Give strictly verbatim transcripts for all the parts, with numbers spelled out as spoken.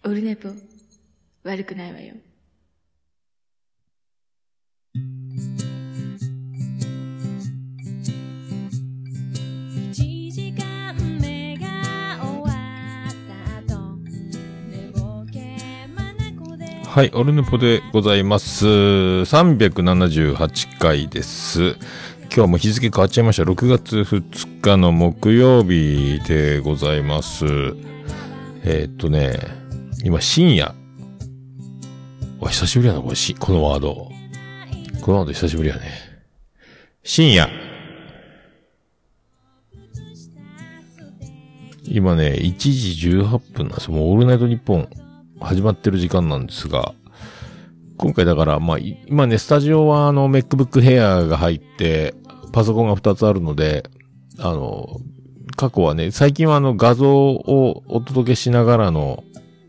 オルネポ悪くないわよ。 はい、オルネポでございます。さんびゃくななじゅうはちかいです。今日も日付変わっちゃいました。ろくがつふつかの木曜日でございます。えー、っとね、今深夜。お久しぶりやな、これし、このワード。このワード久しぶりやね。深夜。今ね、いちじじゅうはっぷんなんですよ。もうオールナイトニッポン始まってる時間なんですが、今回だから、まあ、今ね、スタジオはあの、MacBook Air が入って、パソコンがふたつあるので、あの、過去はね、最近はあの、画像をお届けしながらの、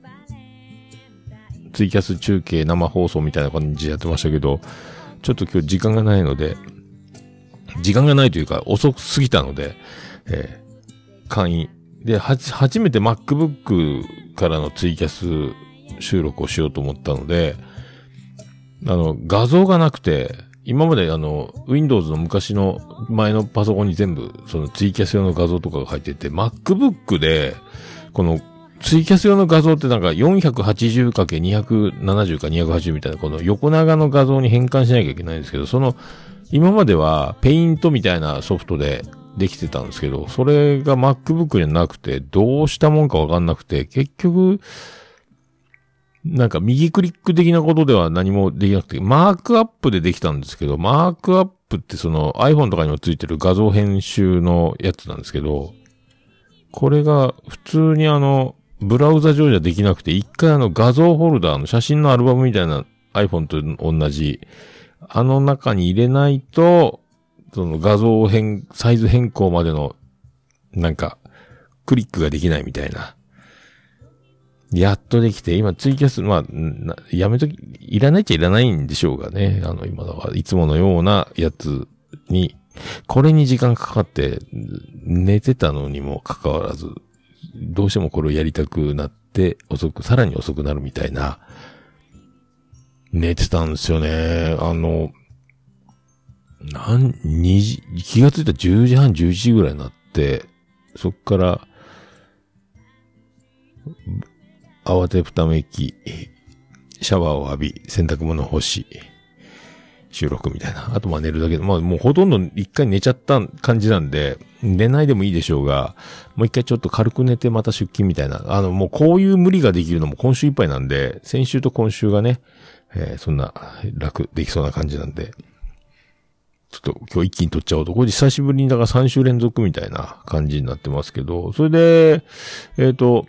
ツイキャス中継生放送みたいな感じでやってましたけど、ちょっと今日時間がないので、時間がないというか遅すぎたので、えー、簡易。で、はじ、初めて MacBook からのツイキャス収録をしようと思ったので、あの、画像がなくて、今まであの、Windows の昔の前のパソコンに全部、そのツイキャス用の画像とかが入ってて、MacBook で、このツイキャス用の画像ってなんか よんひゃくはちじゅうかけるにひゃくななじゅうかにひゃくはちじゅうみたいなこの横長の画像に変換しなきゃいけないんですけど、その、今まではペイントみたいなソフトでできてたんですけど、それが MacBook にはなくて、どうしたもんかわかんなくて、結局、なんか右クリック的なことでは何もできなくて、マークアップでできたんですけど、マークアップってその iPhone とかにもついてる画像編集のやつなんですけど、これが普通にあの、ブラウザ上じゃできなくて、一回あの画像ホルダーの写真のアルバムみたいな iPhone と同じ、あの中に入れないと、その画像変、サイズ変更までの、なんか、クリックができないみたいな。やっとできて、今ツイキャス、まあ、やめとき、いらないっちゃいらないんでしょうがね。あの、今だからいつものようなやつに、これに時間かかって、寝てたのにもかかわらず、どうしてもこれをやりたくなって、遅く、さらに遅くなるみたいな、寝てたんですよね。あの、なん、にじ、気がついたらじゅうじはん、じゅういちじぐらいになって、そっから、慌てふためき、シャワーを浴び、洗濯物を干し、収録みたいな。あとまあ寝るだけで、まあもうほとんど一回寝ちゃった感じなんで、寝ないでもいいでしょうが、もう一回ちょっと軽く寝てまた出勤みたいな。あのもうこういう無理ができるのも今週いっぱいなんで、先週と今週がね、えー、そんな楽できそうな感じなんで、ちょっと今日一気に撮っちゃおうと。これで久しぶりにだからさんしゅう連続みたいな感じになってますけど、それで、えっと、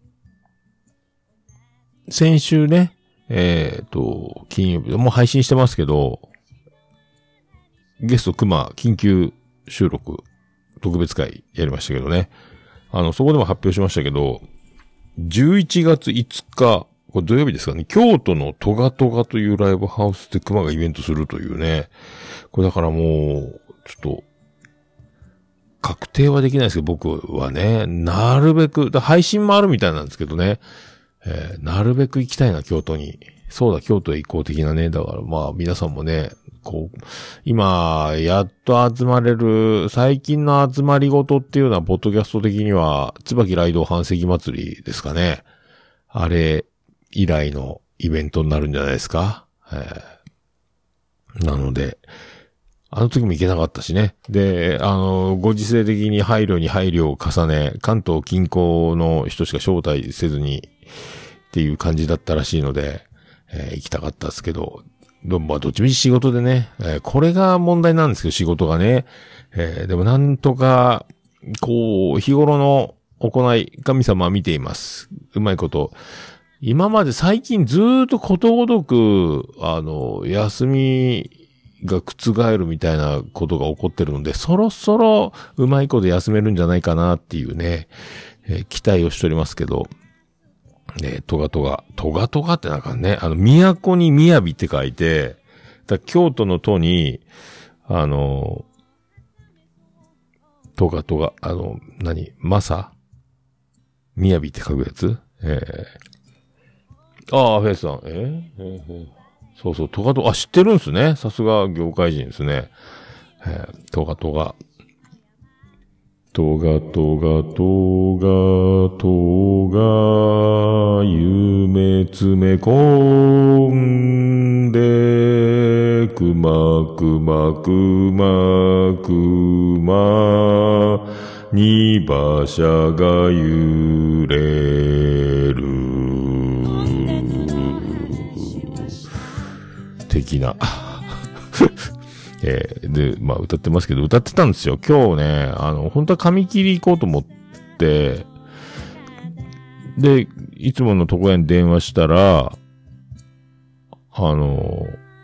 先週ね、えっと、金曜日、もう配信してますけど、ゲスト熊緊急収録特別会やりましたけどね。あの、そこでも発表しましたけど、じゅういちがついつか、これ土曜日ですかね、京都のトガトガというライブハウスで熊がイベントするというね。これだからもう、ちょっと、確定はできないですけど、僕はね、なるべく、配信もあるみたいなんですけどね、えー、なるべく行きたいな、京都に。そうだ、京都へ行こう的なね。だからまあ、皆さんもね、こう、今、やっと集まれる、最近の集まりごとっていうのは、ポッドキャスト的には、椿雷道半世紀祭りですかね。あれ、以来のイベントになるんじゃないですか。えー、なので、あの時も行けなかったしね。で、あの、ご時世的に配慮に配慮を重ね、関東近郊の人しか招待せずに、っていう感じだったらしいので、えー、行きたかったですけど、ど、まあ、どっちみち仕事でね、えー、これが問題なんですけど、仕事がね。えー、でもなんとか、こう、日頃の行い、神様は見ています。うまいこと。今まで最近ずーっとことごとく、あの、休みが覆るみたいなことが起こってるので、そろそろうまいこと休めるんじゃないかなっていうね、えー、期待をしておりますけど、ね、トガトガ。トガトガってなんかね、あの、都に雅って書いて、だ京都の都に、あの、トガトガ、あの、何マサ雅って書くやつえああ、フェイスさん。えええそうそう、トガトガ、あ、知ってるんすね。さすが業界人ですね。えー、トガトガ。トガトガトガトガ、夢詰め込んで、くまくまくまくま、に馬車が揺れる。的な。えー、で、まあ歌ってますけど、歌ってたんですよ。今日ね、あの、本当は髪切り行こうと思って、で、いつもの床屋に電話したら、あの、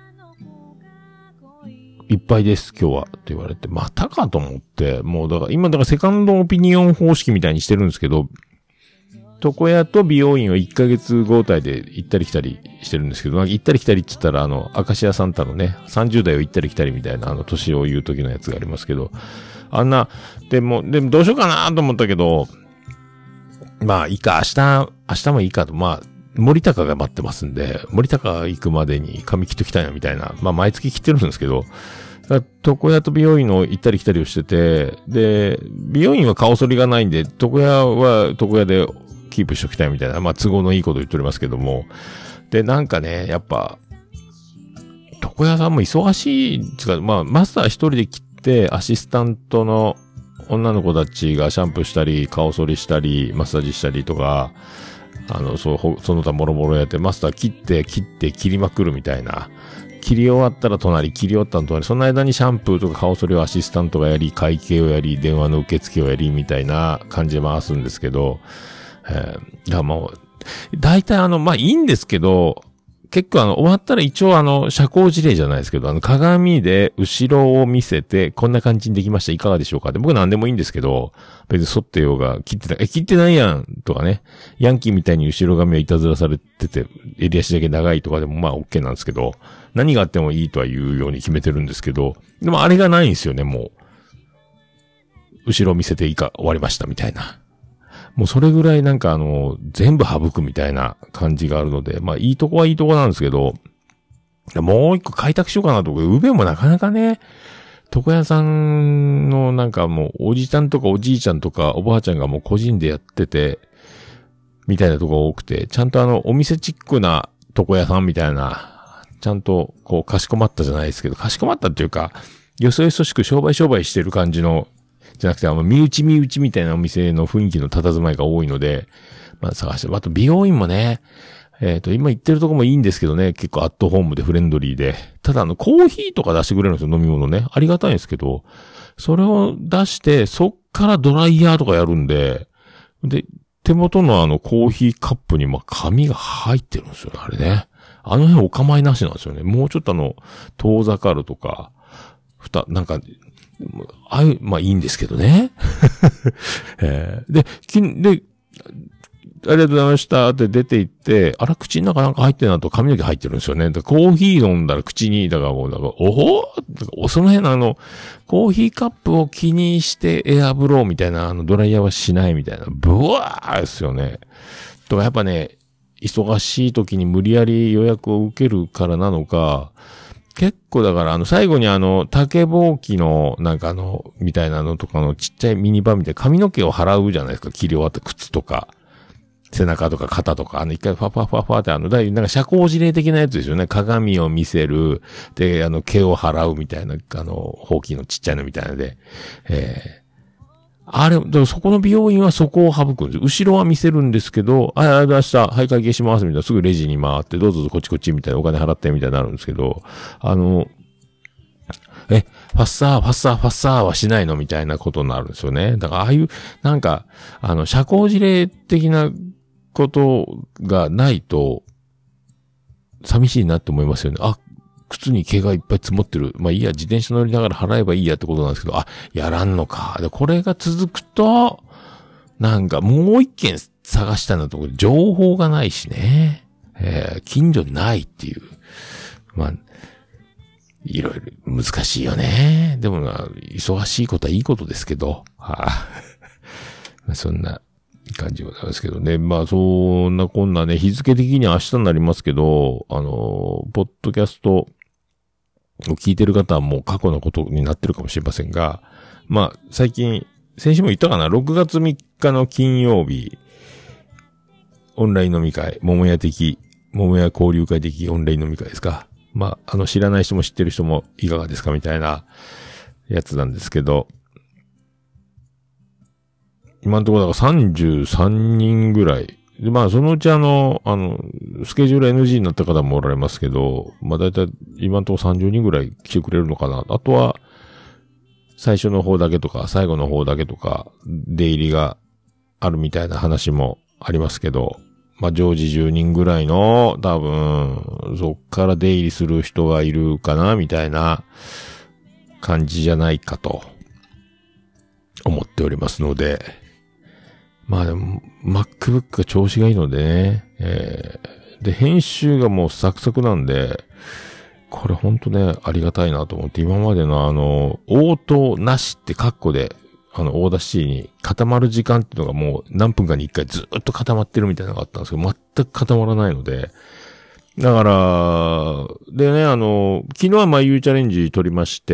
いっぱいです、今日は。って言われて、またかと思って、もうだから、今だからセカンドオピニオン方式みたいにしてるんですけど、床屋と美容院はいっかげつ交代で行ったり来たりしてるんですけど、なんか行ったり来たりって言ったら、あの、アカシアサンタのね、さんじゅう代を行ったり来たりみたいな、あの、年を言う時のやつがありますけど、あんな、でも、でもどうしようかなと思ったけど、まあ、いいか、明日、明日もいいかと、まあ、森高が待ってますんで、森高行くまでに髪切っときたいなみたいな、まあ、毎月切ってるんですけど、床屋と美容院の行ったり来たりをしてて、で、美容院は顔剃りがないんで、床屋は床屋で、キープしときたいみたいな、まあ、都合のいいこと言っておりますけども。で、なんかね、やっぱ、床屋さんも忙しい、つか、まあ、マスター一人で切って、アシスタントの女の子たちがシャンプーしたり、顔剃りしたり、マッサージしたりとか、あの、そう、その他もろもろやって、マスター切って、切って、切りまくるみたいな。切り終わったら隣、切り終わったら隣、その間にシャンプーとか顔剃りをアシスタントがやり、会計をやり、電話の受付をやり、みたいな感じで回すんですけど、えー、いやもう、大体あの、まあ、いいんですけど、結構あの、終わったら一応あの、社交辞令じゃないですけど、あの、鏡で後ろを見せて、こんな感じにできました、いかがでしょうかって、僕何でもいいんですけど、別に剃ってようが、切ってた、え、切ってないやん、とかね、ヤンキーみたいに後ろ髪をいたずらされてて、襟足だけ長いとかでもまあ、OK なんですけど、何があってもいいとは言うように決めてるんですけど、でもあれがないんですよね、もう。後ろ見せていいか、終わりました、みたいな。もうそれぐらいなんかあの、全部省くみたいな感じがあるので、まあいいとこはいいとこなんですけど、もう一個開拓しようかなとか、うべもなかなかね、床屋さんのなんかもうおじちゃんとかおじいちゃんとかおばあちゃんがもう個人でやってて、みたいなとこが多くて、ちゃんとあの、お店チックな床屋さんみたいな、ちゃんとこう、かしこまったじゃないですけど、かしこまったっていうか、よそよそしく商売商売してる感じの、じゃなくて、あの、身内身内みたいなお店の雰囲気の佇まいが多いので、まあ探して、あと美容院もね、えっと、今行ってるとこもいいんですけどね、結構アットホームでフレンドリーで。ただあの、コーヒーとか出してくれるんですよ、飲み物ね。ありがたいんですけど、それを出して、そっからドライヤーとかやるんで、で、手元のあの、コーヒーカップにまあ、紙が入ってるんですよね、あれね。あの辺お構いなしなんですよね。もうちょっとあの、遠ざかるとか、ふた、なんか、ああいう、まあいいんですけどね。えー、で、きで、ありがとうございましたって出て行って、あら、口の中なんか入ってるなと髪の毛入ってるんですよね。コーヒー飲んだら口に、だからもう、だから、おほーその辺のあの、コーヒーカップを気にしてエアブローみたいな、あの、ドライヤーはしないみたいな、ブワーですよね。とかやっぱね、忙しい時に無理やり予約を受けるからなのか、結構だからあの最後にあの竹ぼうきのなんかあのみたいなのとかのちっちゃいミニバンみたいな髪の毛を払うじゃないですか。切り終わった靴とか背中とか肩とかあの一回ファファファファってあのだいなんか社交辞令的なやつですよね。鏡を見せるであの毛を払うみたいなあのほうきのちっちゃいのみたいなので、えーあれ、そこの美容院はそこを省くんです。後ろは見せるんですけど、あ、ありがとうございました。はい、会計します。みたいな。すぐレジに回って、どうぞこっちこっちみたいなお金払ってみたいになるんですけど、あの、え、ファッサー、ファッサー、ファッサーはしないのみたいなことになるんですよね。だから、ああいう、なんか、あの、社交辞令的なことがないと、寂しいなって思いますよね。あ、靴に毛がいっぱい積もってる。まあいいや、自転車乗りながら払えばいいやってことなんですけど、あ、やらんのか。で、これが続くと、なんかもう一軒探したのところ情報がないしね。えー、近所にないっていう。まあ、いろいろ難しいよね。でもな、忙しいことはいいことですけど。はあ、そんな感じはなんですけどね。まあ、そんなこんなね、日付的には明日になりますけど、あの、ポッドキャストを聞いてる方はもう過去のことになってるかもしれませんが、まあ、最近、先週も言ったかな、ろくがつみっかの金曜日、オンライン飲み会、桃屋的、桃屋交流会的オンライン飲み会ですか。まあ、あの、知らない人も知ってる人もいかがですかみたいなやつなんですけど、今のところだからさんじゅうさんにんぐらい。で、まあ、そのうちあの、あの、スケジュール エヌジー になった方もおられますけど、まあ、だいたい今のところさんじゅうにんぐらい来てくれるのかな。あとは、最初の方だけとか、最後の方だけとか、出入りがあるみたいな話もありますけど、まあ、常時じゅうにんぐらいの、多分、そっから出入りする人がいるかな、みたいな感じじゃないかと、思っておりますので、まあでも、MacBook が調子がいいのでね、えー、で、編集がもうサクサクなんで、これほんとね、ありがたいなと思って、今までのあの、応答なしってカッコで、あの、オーダーシティに固まる時間っていうのがもう何分かに一回ずっと固まってるみたいなのがあったんですけど、全く固まらないので、だから、でね、あの、昨日はまあ U チャレンジ取りまして、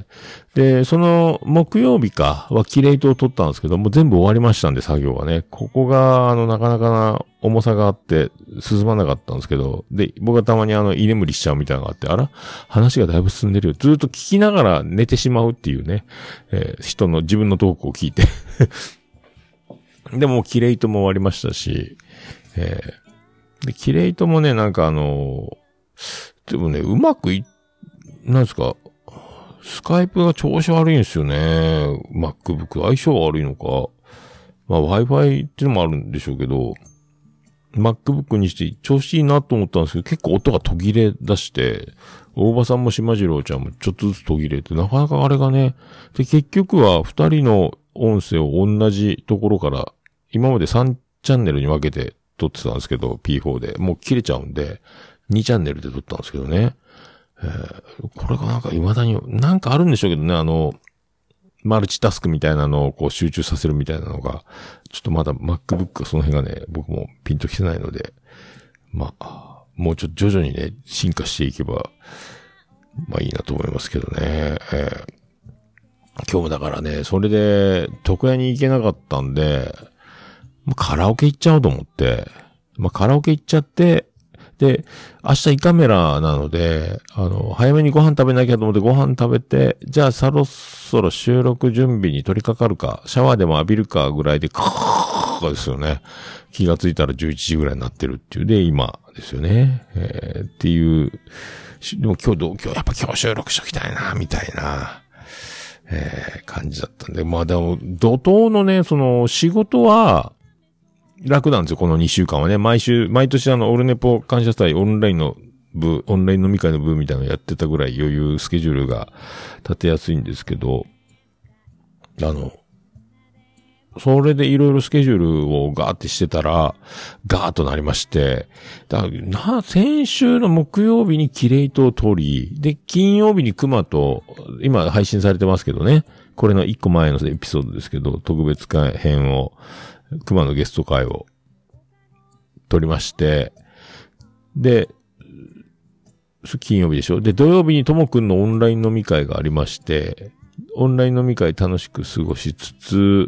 で、その木曜日かはキレイトを取ったんですけど、もう全部終わりましたんで、作業がね。ここが、あの、なかなかな重さがあって、進まなかったんですけど、で、僕はたまにあの、居眠りしちゃうみたいなのがあって、あら話がだいぶ進んでるよ。ずっと聞きながら寝てしまうっていうね、えー、人の自分のトークを聞いて。でも、キレイトも終わりましたし、えーで、キレイトもね、なんかあのー、でもね、うまくい、なんですか、スカイプが調子悪いんですよね。MacBook 相性が悪いのか。まあ Wi-Fi っていうのもあるんでしょうけど、MacBook にして調子いいなと思ったんですけど、結構音が途切れ出して、大場さんも島次郎ちゃんもちょっとずつ途切れて、なかなかあれがね、で、結局は二人の音声を同じところから、今までさんチャンネルに分けて、撮ってたんですけど、ピーフォー で。もう切れちゃうんで、にチャンネルで撮ったんですけどね。えー、これがなんか未だに、なんかあるんでしょうけどね、あの、マルチタスクみたいなのをこう集中させるみたいなのが、ちょっとまだ MacBook その辺がね、僕もピンときてないので、まあ、もうちょっと徐々にね、進化していけば、まあいいなと思いますけどね。えー、今日もだからね、それで、床屋に行けなかったんで、もうカラオケ行っちゃおうと思って、まあ、カラオケ行っちゃって、で、明日胃カメラなので、あの、早めにご飯食べなきゃと思ってご飯食べて、じゃあそろそろ収録準備に取り掛かるか、シャワーでも浴びるかぐらいで、カーですよね。気がついたらじゅういちじぐらいになってるっていう。で、今ですよね。えー、っていう、でも今日どう、今日やっぱ今日収録しときたいな、みたいな。えー、感じだったんで。まあでも、怒涛のね、その、仕事は、楽なんですよ、このにしゅうかんはね。毎週、毎年あの、オルネポ感謝祭オンラインの部、オンライン飲み会の部みたいなのやってたぐらい余裕、スケジュールが立てやすいんですけど、あの、それでいろいろスケジュールをガーってしてたら、ガーッとなりまして、だからな、先週の木曜日にキレイトを取り、で、金曜日にクマと、今配信されてますけどね、これのいっこまえのエピソードですけど、特別編を、クマのゲスト会を撮りまして、で、金曜日でしょ。で、土曜日にともくんのオンライン飲み会がありまして、オンライン飲み会楽しく過ごしつつ、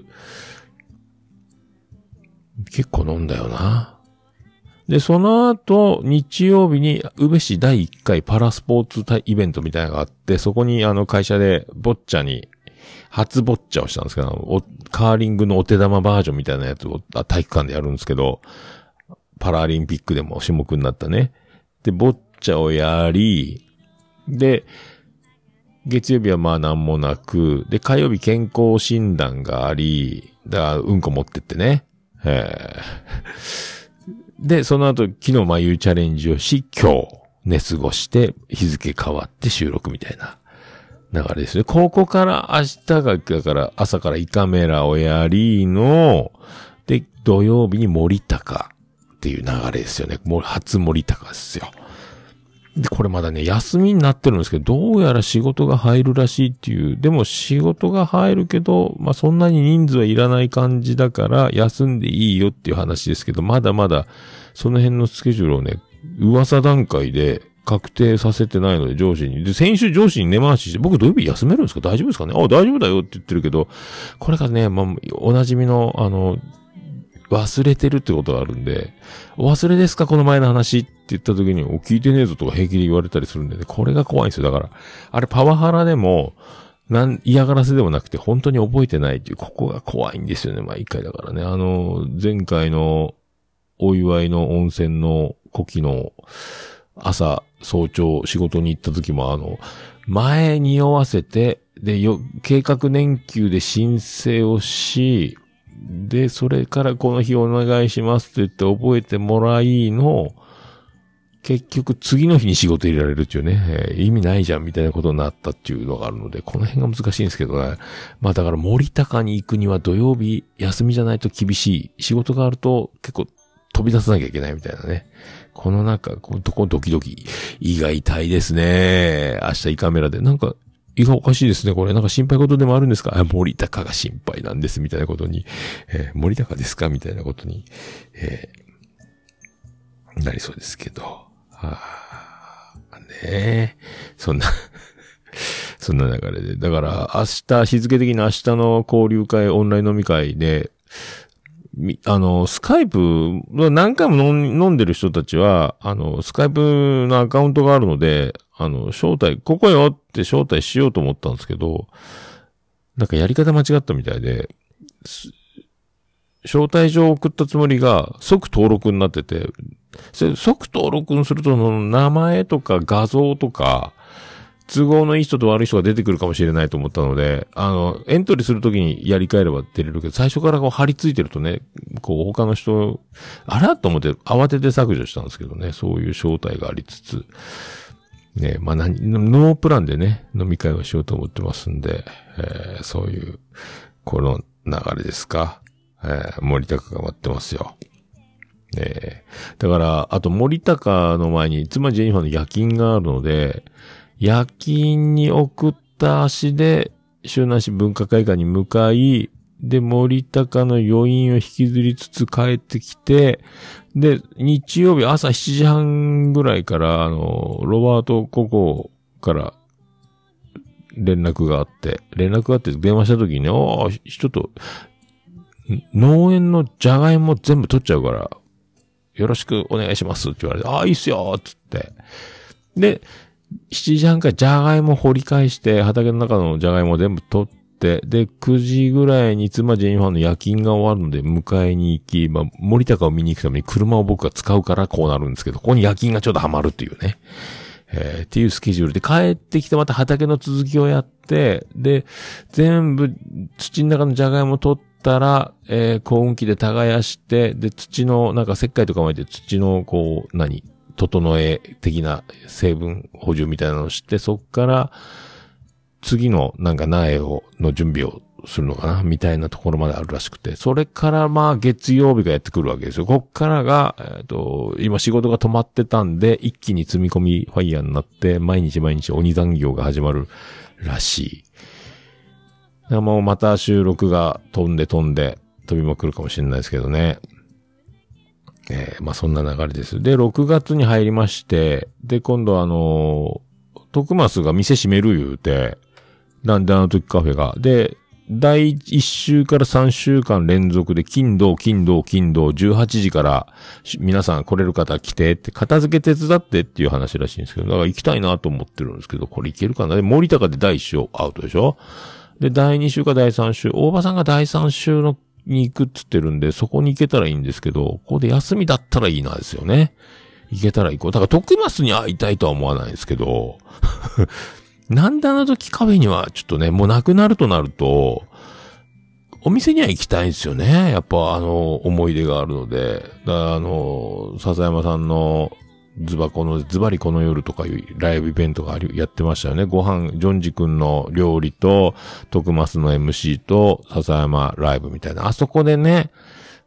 結構飲んだよな。で、その後、日曜日に、宇部市だいいっかいパラスポーツイベントみたいなのがあって、そこにあの会社でボッチャに、初ボッチャをしたんですけど、カーリングのお手玉バージョンみたいなやつを体育館でやるんですけど、パラリンピックでも種目になったね。で、ボッチャをやり、で、月曜日はまあなんもなく、で、火曜日健康診断があり、だからうんこ持ってってね。へで、その後、昨日まゆチャレンジをし、今日寝過ごして日付変わって収録みたいな。流れですね。ここから明日が、だから朝から胃カメラをやりの、で、土曜日に森高っていう流れですよね。もう初森高ですよ。 で、これまだね、休みになってるんですけど、どうやら仕事が入るらしいっていう。でも仕事が入るけど、まあ、そんなに人数はいらない感じだから、休んでいいよっていう話ですけど、まだまだ、その辺のスケジュールをね、噂段階で確定させてないので、上司に。で、先週上司に根回しして、僕土曜日休めるんですか？大丈夫ですかね？あ、大丈夫だよって言ってるけど、これがね、まあ、おなじみの、あの、忘れてるってことがあるんで、お忘れですかこの前の話って言った時に、お、聞いてねえぞとか平気で言われたりするんでね、これが怖いんですよ。だから、あれパワハラでも、なん、嫌がらせでもなくて、本当に覚えてないっていう、ここが怖いんですよね、毎回だからね。あの、前回のお祝いの温泉の古希の朝、早朝仕事に行った時も、あの、前に匂わせて、で、よ、計画年休で申請をし、で、それからこの日お願いしますって言って覚えてもらいの、結局次の日に仕事入れられるっていうね、えー、意味ないじゃんみたいなことになったっていうのがあるので、この辺が難しいんですけどね。まあだから森高に行くには土曜日休みじゃないと厳しい。仕事があると結構飛び出さなきゃいけないみたいなね。このなんか、このとこドキドキ。胃が痛いですね。明日胃カメラで。なんか、胃がおかしいですね。これなんか心配事でもあるんですか？あ、森高が心配なんです。みたいなことに。えー、森高ですかみたいなことに。えー、なりそうですけど。はあ、ねえ。そんな、そんな流れで。だから、明日、日付的に明日の交流会、オンライン飲み会で、あの、スカイプ、何回も飲んでる人たちは、あの、スカイプのアカウントがあるので、あの、招待、ここよって招待しようと思ったんですけど、なんかやり方間違ったみたいで、招待状を送ったつもりが即登録になってて、即登録にすると名前とか画像とか、都合のいい人と悪い人が出てくるかもしれないと思ったので、あの、エントリーするときにやり替えれば出れるけど、最初からこう張り付いてるとね、こう他の人、あらと思って慌てて削除したんですけどね、そういう招待がありつつ、ね、まあ何、ノープランでね、飲み会をしようと思ってますんで、えー、そういう、この流れですか。えー、森高が待ってますよ。えー、だから、あと森高の前に、妻ジェニファーの夜勤があるので、夜勤に送った足で、周南市文化会館に向かい、で、森高の余韻を引きずりつつ帰ってきて、で、日曜日朝しちじはんぐらいから、あの、ロバートココから連絡があって、連絡があって電話した時にね、おー、ちょっと、農園のジャガイモ全部取っちゃうから、よろしくお願いしますって言われて、ああ、いいっすよーつって。で、しちじはんからジャガイモ掘り返して、畑の中のジャガイモ全部取って、で、くじぐらいに妻ジェニファーの夜勤が終わるので迎えに行き、まあ、森高を見に行くために車を僕が使うからこうなるんですけど、ここに夜勤がちょっとハマるっていうね。えー、っていうスケジュールで帰ってきてまた畑の続きをやって、で、全部土の中のジャガイモ取ったら、えー、耕運機で耕して、で、土のなんか石灰とか巻いて土のこう、何整え的な成分補充みたいなのをして、そっから次のなんか苗を、の準備をするのかなみたいなところまであるらしくて、それからまあ月曜日がやってくるわけですよ。こっからが、えっと、今仕事が止まってたんで、一気に積み込みファイヤーになって、毎日毎日鬼残業が始まるらしい。だからもうまた収録が飛んで飛んで飛びまくるかもしれないですけどね。えー、まあそんな流れです。で、ろくがつに入りまして、で、今度あのー、徳増が店閉める言うて、なんであの時カフェが。で、だいいっ週からさんしゅうかん連続で金土金土金土じゅうはちじから皆さん来れる方来てって片付け手伝ってっていう話らしいんですけど、だから行きたいなと思ってるんですけど、これ行けるかな。で、森高でだいいっ週アウトでしょ。で、だいに週かだいさん週、大場さんがだいさん週のに行くっつってるんで、そこに行けたらいいんですけど、ここで休みだったらいいなですよね。行けたら行こう。だから徳増に会いたいとは思わないんですけど、なんであの時カフェにはちょっとね、もうなくなるとなると、お店には行きたいんですよね。やっぱあの、思い出があるので。だからあの、笹山さんのズバこの、ズバリこの夜とかいうライブイベントがあり、やってましたよね。ご飯、ジョンジ君の料理と、徳増の エムシー と、笹山ライブみたいな。あそこでね、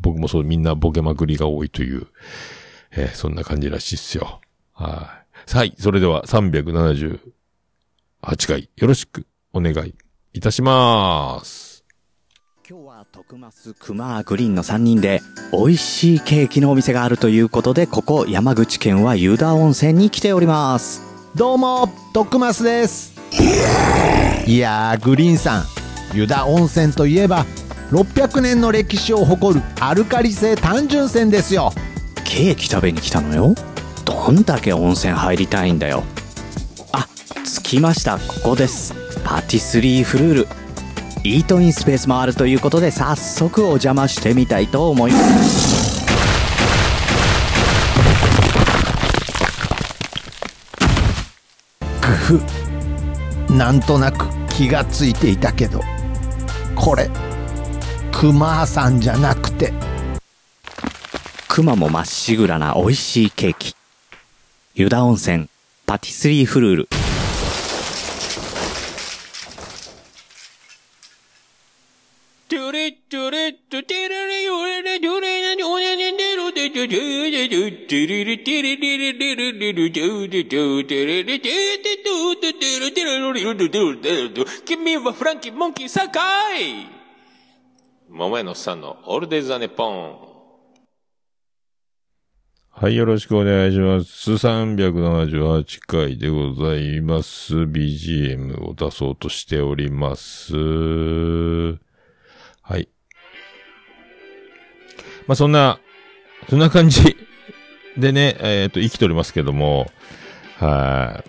僕もそう、みんなボケまくりが多いという、えー、そんな感じらしいっすよ。はい。はい。それではさんびゃくななじゅうはちかい、よろしくお願いいたします。 今日は徳増クマグリーンのさんにんで美味しいケーキのお店があるということで、ここ山口県は湯田温泉に来ております。 どうも徳増です。いやーグリーンさん、湯田温泉といえばろっぴゃくねんの歴史を誇るアルカリ性単純泉ですよ。 ケーキ食べに来たのよ。どんだけ温泉入りたいんだよ。あ、着きました。ここです。パティスリーフルール。イートインスペースもあるということで、早速お邪魔してみたいと思います。 くふ、なんとなく気がついていたけど、これクマさんじゃなくて、 クマもまっしぐらな美味しいケーキ。湯田温泉パティスリーフルール。 君はフランキーモンキーサカイ桃屋のさんのオールデイズ・ザ・ネッポン。 はい、よろしくお願いします。さんびゃくななじゅうはちかいでございます。ビージーエム を出そうとしております。はい。まあ、そんな、そんな感じでね、えっと、生きておりますけども、はい。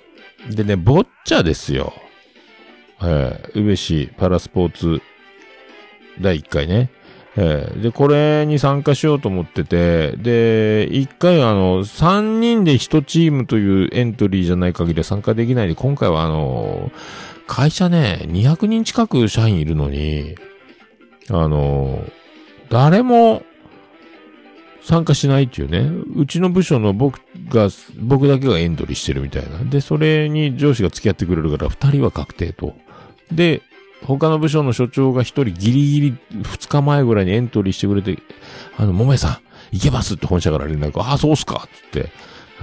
でね、ボッチャですよ。はい。宇部市パラスポーツだいいっかいね。えー、で、これに参加しようと思ってて、で、いっかいあの、さんにんでいちチームというエントリーじゃない限りは参加できないで、今回はあの、会社ね、にひゃくにん近く社員いるのに、あの、誰も参加しないっていうね、うちの部署の僕が、僕だけがエントリーしてるみたいな。で、それに上司が付き合ってくれるからふたりは確定と。で、他の部署の所長が一人ギリギリふつかまえぐらいにエントリーしてくれて、あの、桃井さん、行けますって本社から連絡、ああ、そうっすかつって、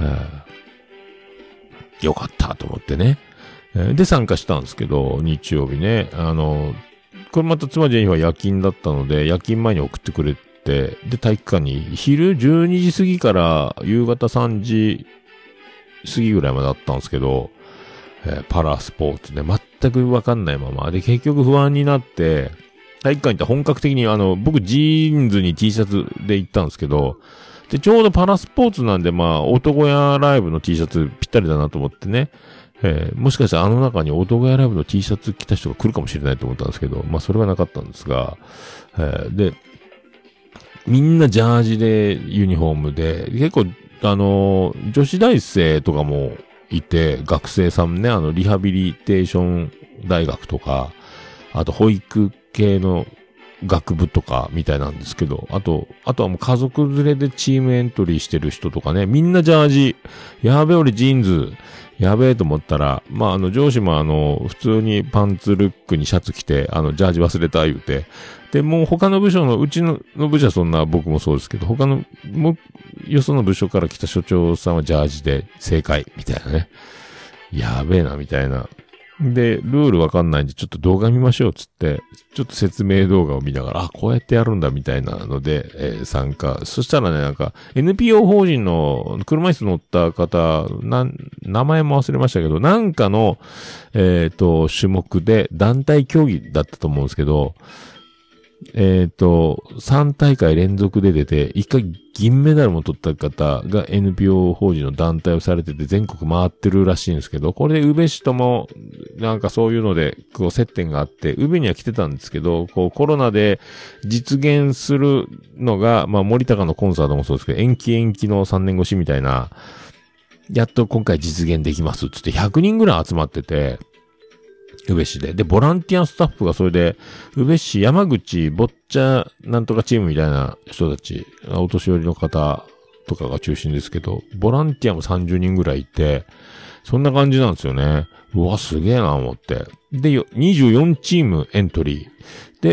よかったと思ってね。で、参加したんですけど、日曜日ね、あの、これまた妻ジェニファー夜勤だったので、夜勤前に送ってくれて、で、体育館に昼じゅうにじ過ぎから夕方さんじ過ぎぐらいまであったんですけど、えー、パラスポーツで全くわかんないまま。で、結局不安になって、体育館に行ったら本格的にあの、僕ジーンズに T シャツで行ったんですけど、で、ちょうどパラスポーツなんで、まあ、男屋ライブの T シャツぴったりだなと思ってね。えー、もしかしたらあの中に男屋ライブの T シャツ着た人が来るかもしれないと思ったんですけど、まあ、それはなかったんですが、えー、で、みんなジャージでユニフォームで、結構、あのー、女子大生とかも、いて、学生さんね、あの、リハビリテーション大学とか、あと保育系の学部とかみたいなんですけど、あと、あとはもう家族連れでチームエントリーしてる人とかね、みんなジャージ、やべえ俺ジーンズ、やべえと思ったら、まあ、あの、上司もあの、普通にパンツルックにシャツ着て、あの、ジャージ忘れた言うて、で、もう他の部署の、うちのの部署はそんな僕もそうですけど、他の、もう、よその部署から来た所長さんはジャージで正解、みたいなね。やべえな、みたいな。で、ルールわかんないんで、ちょっと動画見ましょう、つって、ちょっと説明動画を見ながら、あ、こうやってやるんだ、みたいなので、えー、参加。そしたらね、なんか、エヌピーオー 法人の車椅子乗った方、なん、名前も忘れましたけど、なんかの、えっと、種目で団体競技だったと思うんですけど、えっと、さん大会連続で出て、いっかい銀メダルも取った方が エヌピーオー 法人の団体をされてて全国回ってるらしいんですけど、これで宇部市とも、なんかそういうので、こう接点があって、宇部には来てたんですけど、こうコロナで実現するのが、まあ森高のコンサートもそうですけど、延期延期のさんねん越しみたいな、やっと今回実現できますっつってひゃくにんぐらい集まってて、宇部市で。で、ボランティアスタッフがそれで、宇部市山口ボッチャなんとかチームみたいな人たち、お年寄りの方とかが中心ですけど、ボランティアもさんじゅうにんぐらいいて、そんな感じなんですよね。うわ、すげえな思って。で、にじゅうよんチームエントリー。で、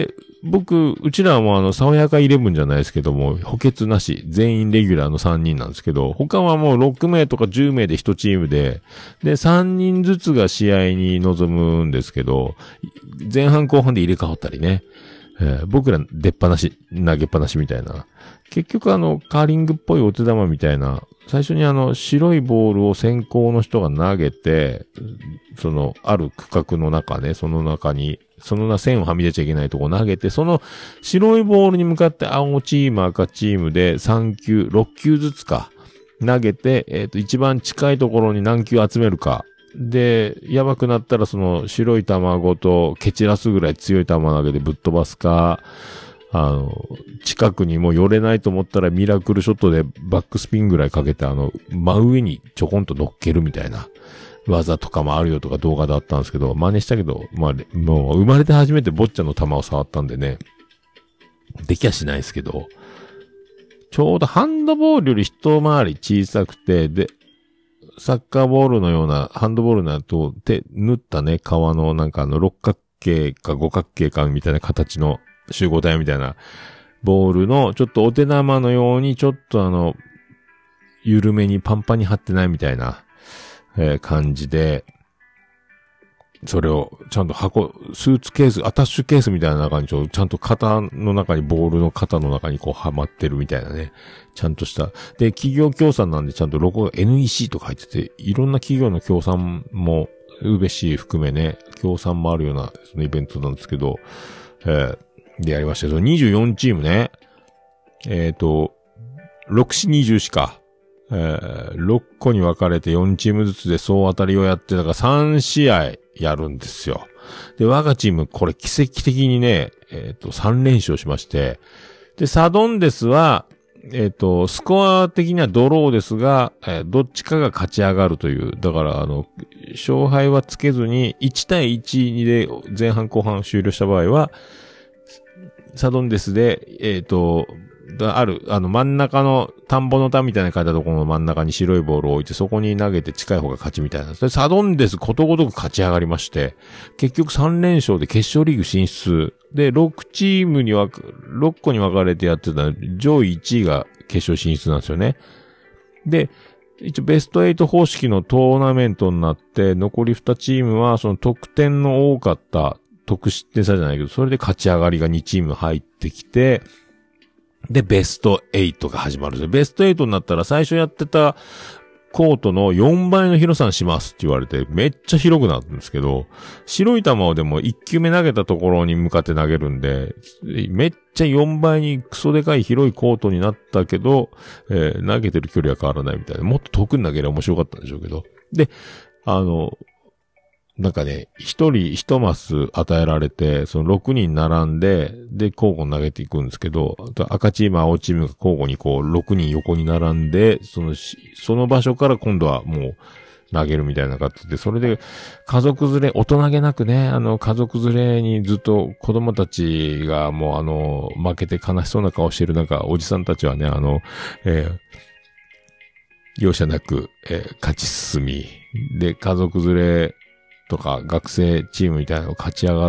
僕、うちらはもうあの、爽やかイレブンじゃないですけども、補欠なし、全員レギュラーのさんにんなんですけど、他はもうろくめいとかじゅうめいでいちチームで、で、さんにんずつが試合に臨むんですけど、前半後半で入れ替わったりね、えー、僕ら出っ放し、投げっぱなしみたいな。結局あの、カーリングっぽいお手玉みたいな、最初にあの、白いボールを先行の人が投げて、その、ある区画の中ね、その中に、そのな線をはみ出ちゃいけないとこ投げて、その白いボールに向かって青チーム、赤チームでさんきゅう、ろっきゅうずつか、投げて、えっと、一番近いところに何球集めるか。で、やばくなったらその白い球ごと蹴散らすぐらい強い球投げてぶっ飛ばすか、あの、近くにもう寄れないと思ったらミラクルショットでバックスピンぐらいかけてあの、真上にちょこんと乗っけるみたいな技とかもあるよとか動画だったんですけど、真似したけど、まあ、もう生まれて初めてボッチャの球を触ったんでね、できはしないですけど、ちょうどハンドボールより一回り小さくて、で、サッカーボールのような、ハンドボールのと手、縫ったね、皮のなんかあの六角形か五角形かみたいな形の集合体みたいなボールの、ちょっとお手玉のようにちょっとあの、緩めにパンパンに貼ってないみたいな、えー、感じで、それをちゃんと箱、スーツケース、アタッシュケースみたいな中にちょ、ちゃんと型の中にボールの型の中にこうはまってるみたいなね。ちゃんとした。で、企業協賛なんでちゃんとロゴが エヌイーシー とか入ってて、いろんな企業の協賛も、ウベシー含めね、協賛もあるような、そのイベントなんですけど、えー、でやりました。そのにじゅうよんチームね、えっと、ろくしにじゅうしか。えー、ろっこに分かれてよんチームずつで総当たりをやって、だからさんしあいやるんですよ。で、我がチーム、これ奇跡的にね、えっと、さんれんしょうしまして、で、サドンデスは、えっと、スコア的にはドローですが、えー、どっちかが勝ち上がるという、だから、あの、勝敗はつけずに、いちたいいちで前半後半終了した場合は、サドンデスで、えっと、ある、あの真ん中の田んぼの田みたいな書いたところの真ん中に白いボールを置いてそこに投げて近い方が勝ちみたいな。それサドンデスことごとく勝ち上がりまして、結局さんれんしょうで決勝リーグ進出。で、ろくチームには、ろっこに分かれてやってた上位いちいが決勝進出なんですよね。で、一応ベストはち方式のトーナメントになって、残りにチームはその得点の多かった得失点差じゃないけど、それで勝ち上がりがにチーム入ってきて、で、ベストはちが始まるんですよ。ベストはちになったら最初やってたコートのよんばいの広さにしますって言われて、めっちゃ広くなるんですけど、白い球をでもいっきゅうめ投げたところに向かって投げるんで、めっちゃよんばいにクソでかい広いコートになったけど、えー、投げてる距離は変わらないみたいな。もっと遠くに投げれば面白かったんでしょうけど。で、あの、なんかね、一人一マス与えられて、そのろくにん並んで、で、交互に投げていくんですけど、赤チーム、青チームが交互にこう、ろくにん横に並んで、その、その場所から今度はもう、投げるみたいな形で、それで、家族連れ、大人げなくね、あの、家族連れにずっと子供たちがもうあの、負けて悲しそうな顔してる中、おじさんたちはね、あの、えー、容赦なく、えー、勝ち進み、で、家族連れ、とか学生チームみたいなのを勝ち上がって、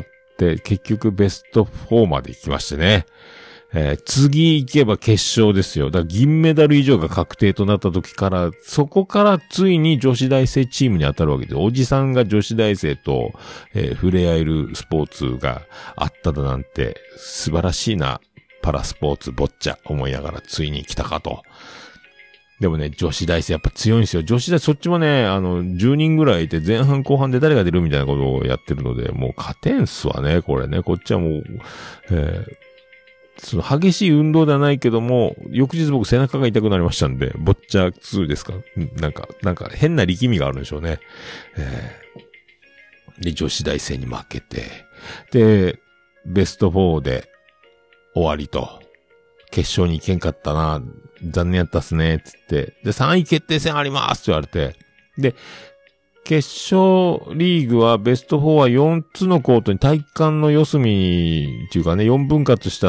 結局ベストよんまで行きましてね。えー、次行けば決勝ですよ。だから銀メダル以上が確定となった時から、そこからついに女子大生チームに当たるわけです。おじさんが女子大生と、えー、触れ合えるスポーツがあっただなんて、素晴らしいな、パラスポーツ、ボッチャ、思いながらついに来たかと。でもね、女子大生やっぱ強いんですよ。女子大生、そっちもね、あの、じゅうにんぐらいいて前半後半で誰が出るみたいなことをやってるので、もう勝てんすわね、これね。こっちはもう、えー、その激しい運動ではないけども、翌日僕背中が痛くなりましたんで、ボッチャにですか？なんか、なんか変な力みがあるんでしょうね。えー、で、女子大生に負けて、で、ベストよんで終わりと。決勝に行けんかったな、残念やったっすね、つって。で、さんい決定戦ありますって言われて。で、決勝リーグはベストよんはよっつのコートに体育館の四隅っていうかね、よんぶん割した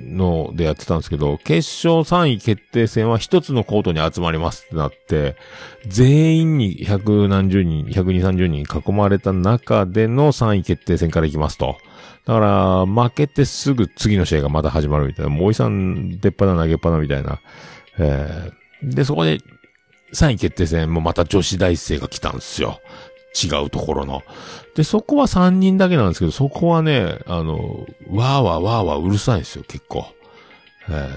のでやってたんですけど、決勝さんい決定戦は一つのコートに集まりますってなって、全員に百何十人、百二三十人囲まれた中でのさんい決定戦から行きますと。だから、負けてすぐ次の試合がまた始まるみたいな、もうおいさん出っ放投げっぱなみたいな。えー、で、そこでさんい決定戦もまた女子大生が来たんですよ。違うところの。で、そこはさんにんだけなんですけど、そこはね、あの、わーわーわーわーうるさいんですよ、結構。え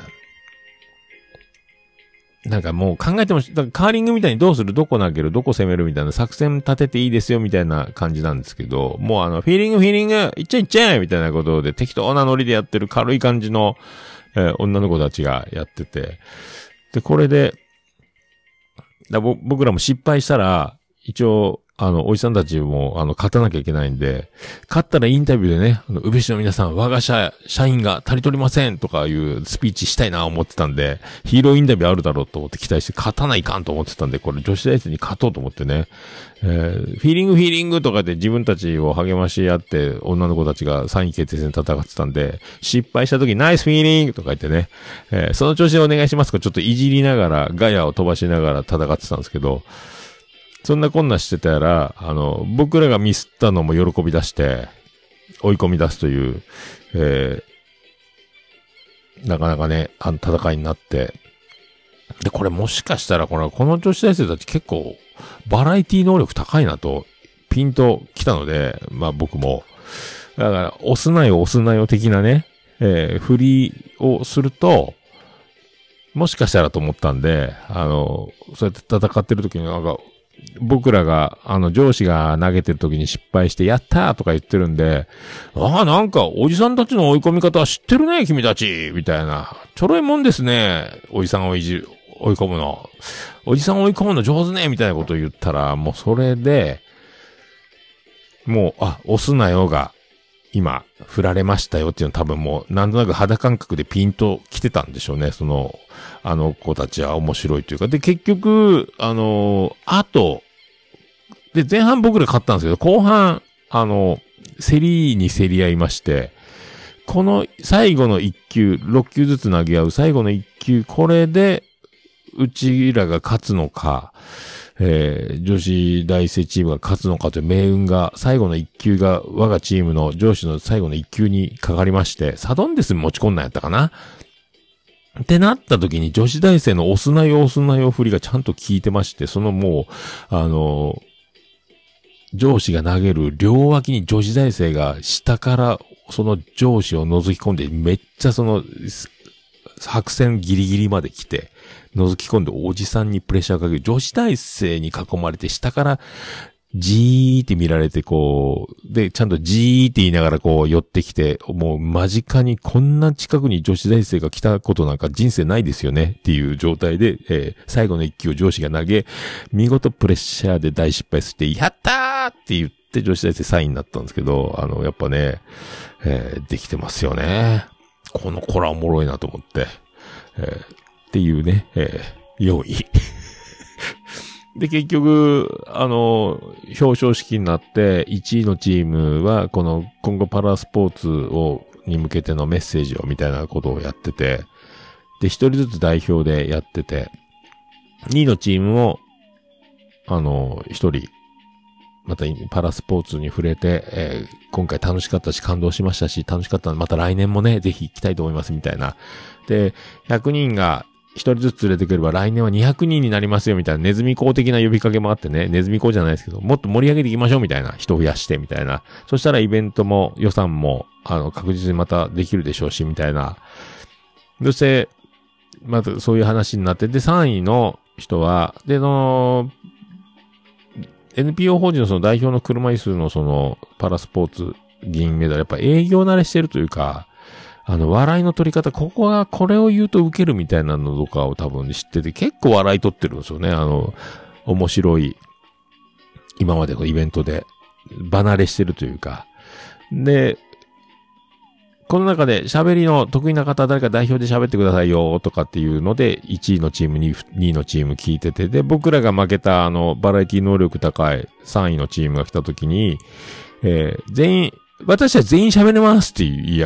ー、なんかもう考えても、だからカーリングみたいにどうする、どこ投げる、どこ攻めるみたいな作戦立てていいですよ、みたいな感じなんですけど、もうあの、フィーリングフィーリング、いっちゃいっちゃいみたいなことで適当なノリでやってる軽い感じの、えー、女の子たちがやってて、で、これで、だ僕らも失敗したら、一応、あの、おじさんたちも、あの、勝たなきゃいけないんで、勝ったらインタビューでね、あの、宇部市の皆さん、我が社、社員が足りとりませんとかいうスピーチしたいな思ってたんで、ヒーローインタビューあるだろうと思って期待して、勝たないかんと思ってたんで、これ女子大生に勝とうと思ってね、えー、フィーリングフィーリングとかで自分たちを励まし合って、女の子たちがさんい決定戦戦ってたんで、失敗した時、ナイスフィーリングとか言ってね、えー、その調子でお願いしますか、ちょっといじりながら、ガヤを飛ばしながら戦ってたんですけど、そんなこんなしてたら、あの、僕らがミスったのも喜び出して、追い込み出すという、えー、なかなかね、あの戦いになって、で、これもしかしたら、この、この女子大生たち結構、バラエティ能力高いなと、ピンと来たので、まあ僕も、だから、押すなよ押すなよ的なね、えー、振りをすると、もしかしたらと思ったんで、あの、そうやって戦ってる時になんか、僕らが、あの、上司が投げてる時に失敗して、やったーとか言ってるんで、ああ、なんか、おじさんたちの追い込み方は知ってるね、君たちみたいな。ちょろいもんですね。おじさんをいじる、追い込むの。おじさんを追い込むの上手ねみたいなことを言ったら、もうそれで、もう、あ、押すなよが、今、振られましたよっていうの多分もう、なんとなく肌感覚でピンと来てたんでしょうね。その、あの子たちは面白いというか。で、結局、あの、あと、で、前半僕ら勝ったんですけど、後半、あの、競りに競り合いまして、この最後のいっ球、ろっ球ずつ投げ合う最後のいっ球、これで、うちらが勝つのか、えー、女子大生チームが勝つのかという命運が、最後のいっ球が我がチームの上司の最後のいっ球にかかりまして、サドンデスに持ち込んだんやったかなってなった時に女子大生の押すなよ押すなよ振りがちゃんと効いてまして、そのもう、あの、上司が投げる両脇に女子大生が下からその上司を覗き込んで、めっちゃその、白線ギリギリまで来て、覗き込んでおじさんにプレッシャーかける。女子大生に囲まれて下からじーって見られてこう、で、ちゃんとじーって言いながらこう寄ってきて、もう間近にこんな近くに女子大生が来たことなんか人生ないですよねっていう状態で、えー、最後の一球を上司が投げ、見事プレッシャーで大失敗して、やったーって言って女子大生さんいになったんですけど、あの、やっぱね、えー、できてますよね。この子らおもろいなと思って、えー、っていうね、えー、よんい。で、結局、あの、表彰式になって、いちいのチームは、この、今後パラスポーツを、に向けてのメッセージを、みたいなことをやってて、で、一人ずつ代表でやってて、にいのチームも、あの、一人、またパラスポーツに触れて、えー、今回楽しかったし感動しましたし、楽しかったので、また来年もね、ぜひ行きたいと思います、みたいな。で、ひゃくにんが、一人ずつ連れてくれば来年はにひゃくにんになりますよみたいなネズミ講的な呼びかけもあってね、ネズミ講じゃないですけど、もっと盛り上げていきましょうみたいな、人を増やしてみたいな。そしたらイベントも予算も、あの、確実にまたできるでしょうし、みたいな。そして、まずそういう話になって、で、さんいの人は、で、の、エヌピーオー 法人のその代表の車椅子のその、パラスポーツ銀メダル、やっぱ営業慣れしてるというか、あの、笑いの取り方、ここがこれを言うと受けるみたいなのとかを多分知ってて、結構笑い取ってるんですよね。あの、面白い、今までのイベントで、離れしてるというか。で、この中で喋りの得意な方、誰か代表で喋ってくださいよ、とかっていうので、いちいのチームに、にいのチーム聞いてて、で、僕らが負けた、あの、バラエティ能力高いさんいのチームが来た時に、えー、全員、私は全員喋れますって言いやがって、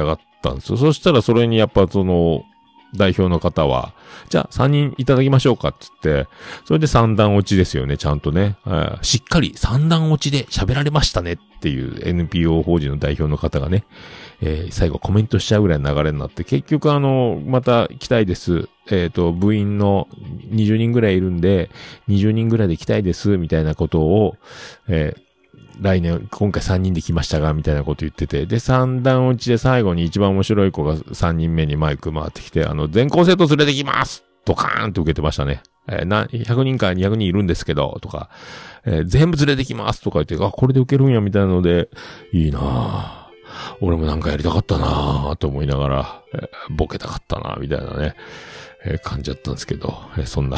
ったんですよ。そしたらそれにやっぱその、代表の方は、じゃあさんにんいただきましょうかっつって、それで三段落ちですよね、ちゃんとね。しっかり三段落ちで喋られましたねっていう エヌピーオー 法人の代表の方がね、えー、最後コメントしちゃうぐらいの流れになって、結局あの、また来たいです。えっと、部員のにじゅうにんぐらいいるんで、にじゅうにんぐらいで来たいです、みたいなことを、えー来年、今回さんにんで来ましたが、みたいなこと言ってて。で、三段落ちで最後に一番面白い子がさんにんめにマイク回ってきて、あの、全校生徒連れてきますドカーンと受けてましたね。えー、な、ひゃくにんからにひゃくにんいるんですけど、とか、えー、全部連れてきますとか言って、あ、これで受けるんや、みたいなので、いいなぁ。俺もなんかやりたかったなぁ、と思いながら、えー、ボケたかったなぁ、みたいなね、えー、感じだったんですけど、えー、そんな、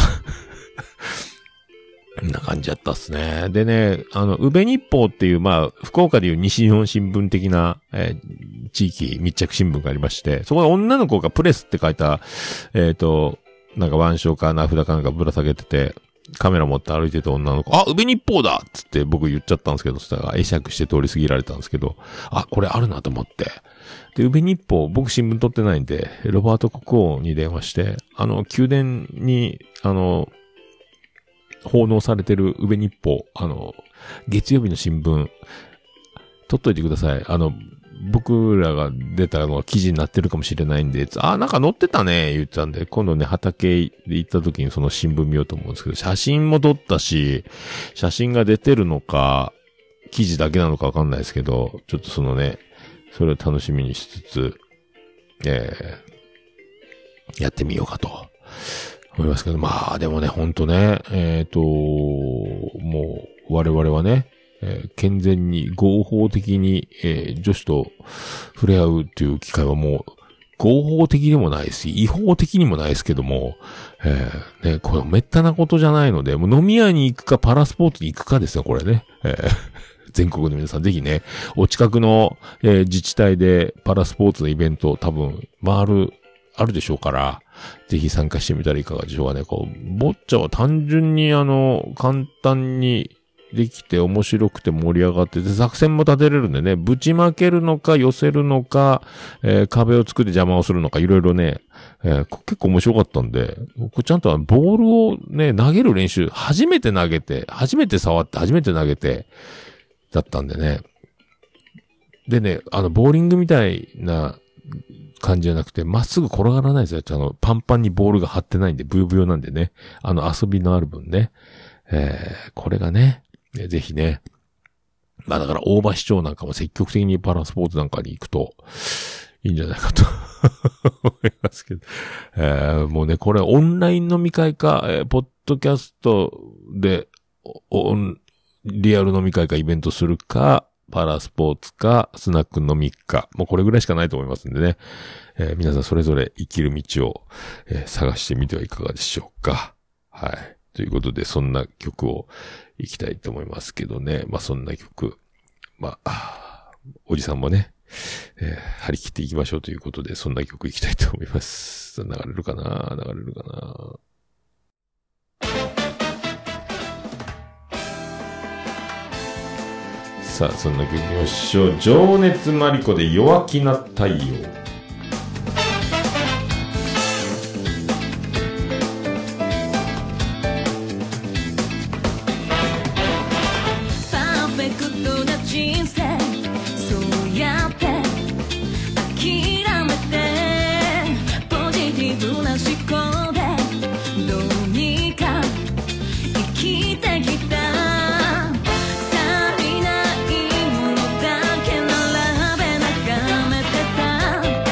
こんな感じだったっすね。でね、あの、宇部日報っていう、まあ、福岡でいう西日本新聞的な、えー、地域密着新聞がありまして、そこで女の子がプレスって書いた、えっと、なんか腕章か名札かなんかぶら下げてて、カメラ持って歩いてた女の子、あ、宇部日報だっつって僕言っちゃったんですけど、そしたら会釈して通り過ぎられたんですけど、あ、これあるなと思って。で、宇部日報、僕新聞撮ってないんで、ロバート国王に電話して、あの、宮殿に、あの、奉納されてる宇部日報、あの、月曜日の新聞、取っといてください。あの、僕らが出たのが記事になってるかもしれないんで、あ、なんか載ってたね、言ってたんで、今度ね、畑で行った時にその新聞見ようと思うんですけど、写真も撮ったし、写真が出てるのか、記事だけなのかわかんないですけど、ちょっとそのね、それを楽しみにしつつ、えー、やってみようかと。思いますけど、まあでもね、ほんとね、えっと、もう我々はね、えー、健全に合法的に、えー、女子と触れ合うっていう機会はもう合法的でもないし、違法的にもないですけども、えー、ね、これめったなことじゃないので、もう飲み屋に行くかパラスポーツに行くかですよ、これね。えー、全国の皆さんぜひね、お近くの、えー、自治体でパラスポーツのイベント多分回る、あるでしょうから、ぜひ参加してみたらいかがでしょうかね。こう、ボッチャは単純にあの、簡単にできて面白くて盛り上がってて、作戦も立てれるんでね、ぶちまけるのか寄せるのか、えー、壁を作って邪魔をするのか、いろいろね、えー、結構面白かったんで、僕ちゃんとボールをね、投げる練習、初めて投げて、初めて触って、初めて投げて、だったんでね。でね、あの、ボーリングみたいな、感じじゃなくて、まっすぐ転がらないですよ。あの、パンパンにボールが張ってないんで、ブヨブヨなんでね。あの、遊びのある分ね。えー、これがね、ぜひね。まあだから、大場市長なんかも積極的にパラスポーツなんかに行くと、いいんじゃないかと思いますけど。えー、もうね、これオンライン飲み会か、えー、ポッドキャストで、オン、リアル飲み会かイベントするか、パラスポーツか、スナック飲みか。もうこれぐらいしかないと思いますんでね。えー、皆さんそれぞれ生きる道を、えー、探してみてはいかがでしょうか。はい。ということで、そんな曲をいきたいと思いますけどね。まあ、そんな曲。まあ、おじさんもね、えー、張り切っていきましょうということで、そんな曲いきたいと思います。流れるかな？流れるかな？さあ、そんな曲いきましょう。情熱マリコで弱気な太陽。 パーフェクトな人生、そうやって諦めて、ポジティブな思考でどうにか生きてきた。足りないものだけ並べ眺めてた。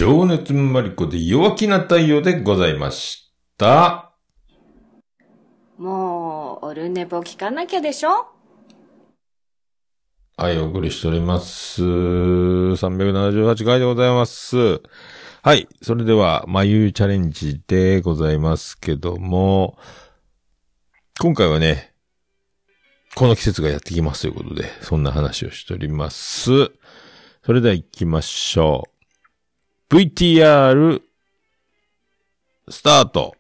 情熱マリコで弱気な太陽でございました。 もう、オルネポ聞かなきゃでしょ。 はい、お送りしております。さんびゃくななじゅうはちかいでございます。はい、それでは、まゆチャレンジでございますけども、今回はね、この季節がやってきますということで、そんな話をしております。それでは行きましょう。ブイティーアール、スタート。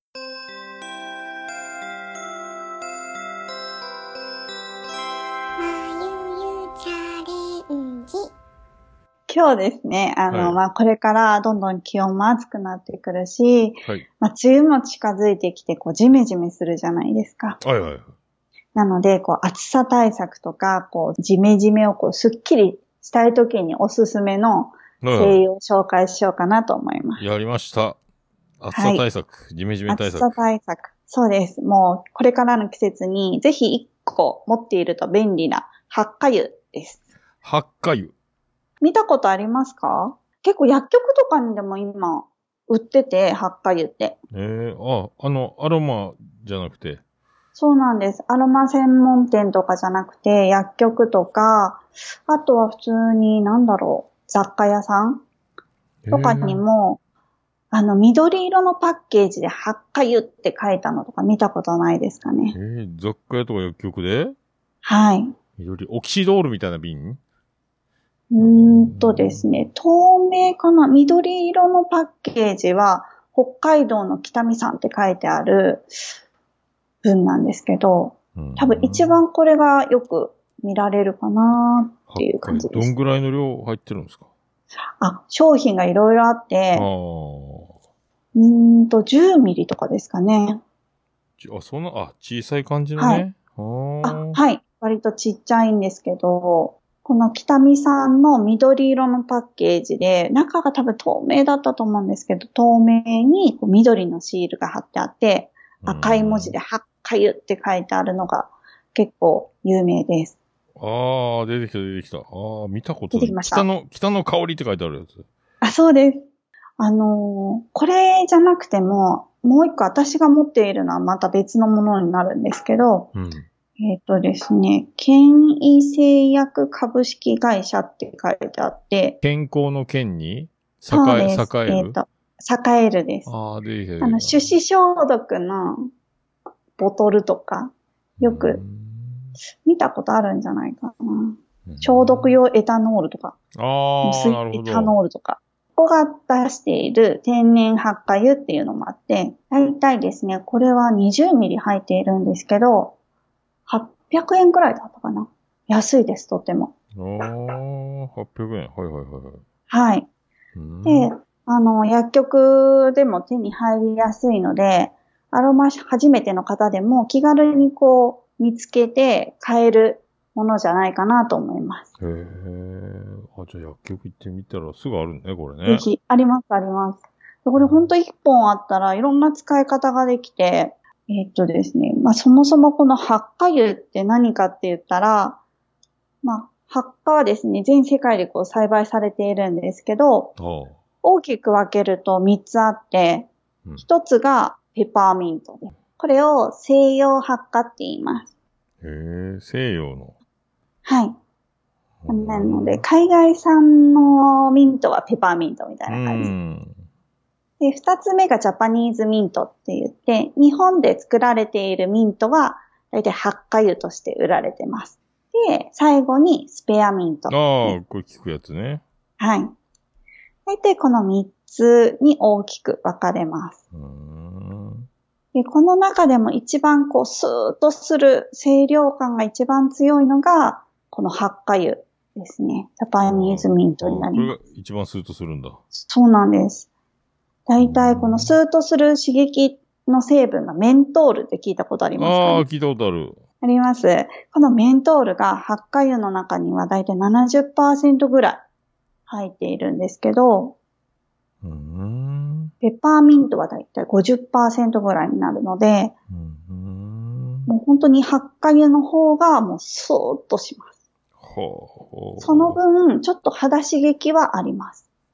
今日ですね、あの、はい、まあ、これからどんどん気温も暑くなってくるし、はい、まあ、梅雨も近づいてきて、こう、ジメジメするじゃないですか。 はいはい。 なので、こう、暑さ対策とか、こう、ジメジメをこう、すっきりしたい時におすすめの精油を紹介しようかなと思います。 やりました。暑さ対策、はい、ジメジメ対策。 暑さ対策。そうです。もう、これからの季節に、ぜひ一個持っていると便利な、発火油です。 発火油。 見たことありますか？結構薬局とかにでも今売ってて、発火油って。 ええー、あ、あの、アロマじゃなくて。 そうなんです。アロマ専門店とかじゃなくて、薬局とか、あとは普通に、なんだろう、雑貨屋さんとかにも、えー、あの、緑色のパッケージで発火油って書いたのとか見たことないですかね。 えー、雑貨屋とか薬局で？ はい。 緑、オキシドールみたいな瓶？ うーんとですね、透明かな？緑色のパッケージは、北海道の北見山って書いてある文なんですけど、多分一番これがよく見られるかなっていう感じです。 どんぐらいの量入ってるんですか？ あ、商品がいろいろあって、あうーんとじゅうミリとかですかね。 あ、そんな、あ、小さい感じのね。 はい、あ、はい。割とちっちゃいんですけど、この北見さんの緑色のパッケージで、中が多分透明だったと思うんですけど、透明にこう緑のシールが貼ってあって、赤い文字で発火油って書いてあるのが結構有名です。 ああ、出てきた出てきた。ああ、見たことない。 出てきました。 北の、北の香りって書いてあるやつ。 あ、そうです。あのー、これじゃなくても、もう一個私が持っているのはまた別のものになるんですけど、うんえっとですね、健医製薬株式会社って書いてあって。 健康の健に栄え、栄える？ えっと、栄えるです。 ああ、でいいであの、手指消毒のボトルとか、よく見たことあるんじゃないかな。消毒用エタノールとか。 ああ、なるほど。 エタノールとか。ここが出している天然発火油っていうのもあって、だいたいですね、これはにじゅうミリ入っているんですけど、はっぴゃくえんくらいだったかな。安いです、とっても。 ああ、はっぴゃくえん。はいはいはい。 はい。で、あの、薬局でも手に入りやすいので、アロマ初めての方でも気軽にこう見つけて買えるものじゃないかなと思います。 へえ。あ、じゃあ薬局行ってみたらすぐあるね、これね。 ぜひ、あります、あります。これほんと一本あったらいろんな使い方ができて、えっとですね、まあ、そもそもこの発火油って何かって言ったら、まあ、発火はですね、全世界でこう栽培されているんですけど、大きく分けるとみっつあって、ひとつがペパーミントです。これを西洋発火って言います。 へえ、西洋の。 はい。なので、海外産のミントはペパーミントみたいな感じ。うんで、二つ目がジャパニーズミントって言って、日本で作られているミントは、だいたい発火油として売られてます。で、最後にスペアミント。 ああ、これ聞くやつね。 はい。だいたいこの三つに大きく分かれます。うーんで、この中でも一番こう、スーッとする清涼感が一番強いのが、この発火油ですね。ジャパニーズミントになります。 これが一番スーッとするんだ。 そうなんです。大体このスーッとする刺激の成分がメントールって聞いたことありますか、ね、 ああ、聞いたことある。 あります。このメントールが発火油の中には大体 ななじゅっパーセント ぐらい入っているんですけど、うーんペッパーミントは大体 ごじゅっパーセント ぐらいになるので、うーんもう本当に発火油の方がもうスーッとします。ほうその分、ちょっと肌刺激はあります。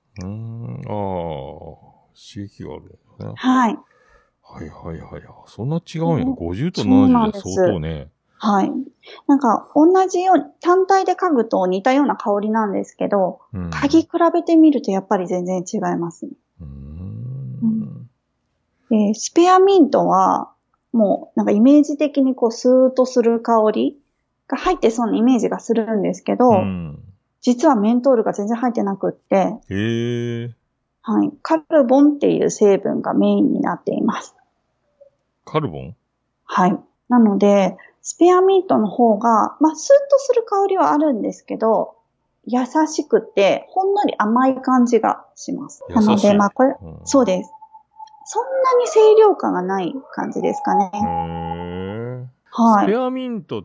うーん、ああ、刺激があるんだね。 はい。 はいはいはい。そんな違うんや。 うんごじゅうとななじゅうじゃそう相当ね。 はい。なんか、同じように、単体で嗅ぐと似たような香りなんですけど、 うん。 嗅ぎ比べてみるとやっぱり全然違いますね。 うーん。 で、スペアミントは、もう、なんかイメージ的にこう、スーッとする香りが入ってそうなイメージがするんですけど、 うん。 実はメントールが全然入ってなくって、 へえ。 はい。カルボンっていう成分がメインになっています。 カルボン？ はい。なので、スペアミントの方が、まあ、スーッとする香りはあるんですけど、優しくて、ほんのり甘い感じがします。なので、まあ、これ、うん、そうです。そんなに清涼感がない感じですかね。 へー。 はい。 スペアミントって、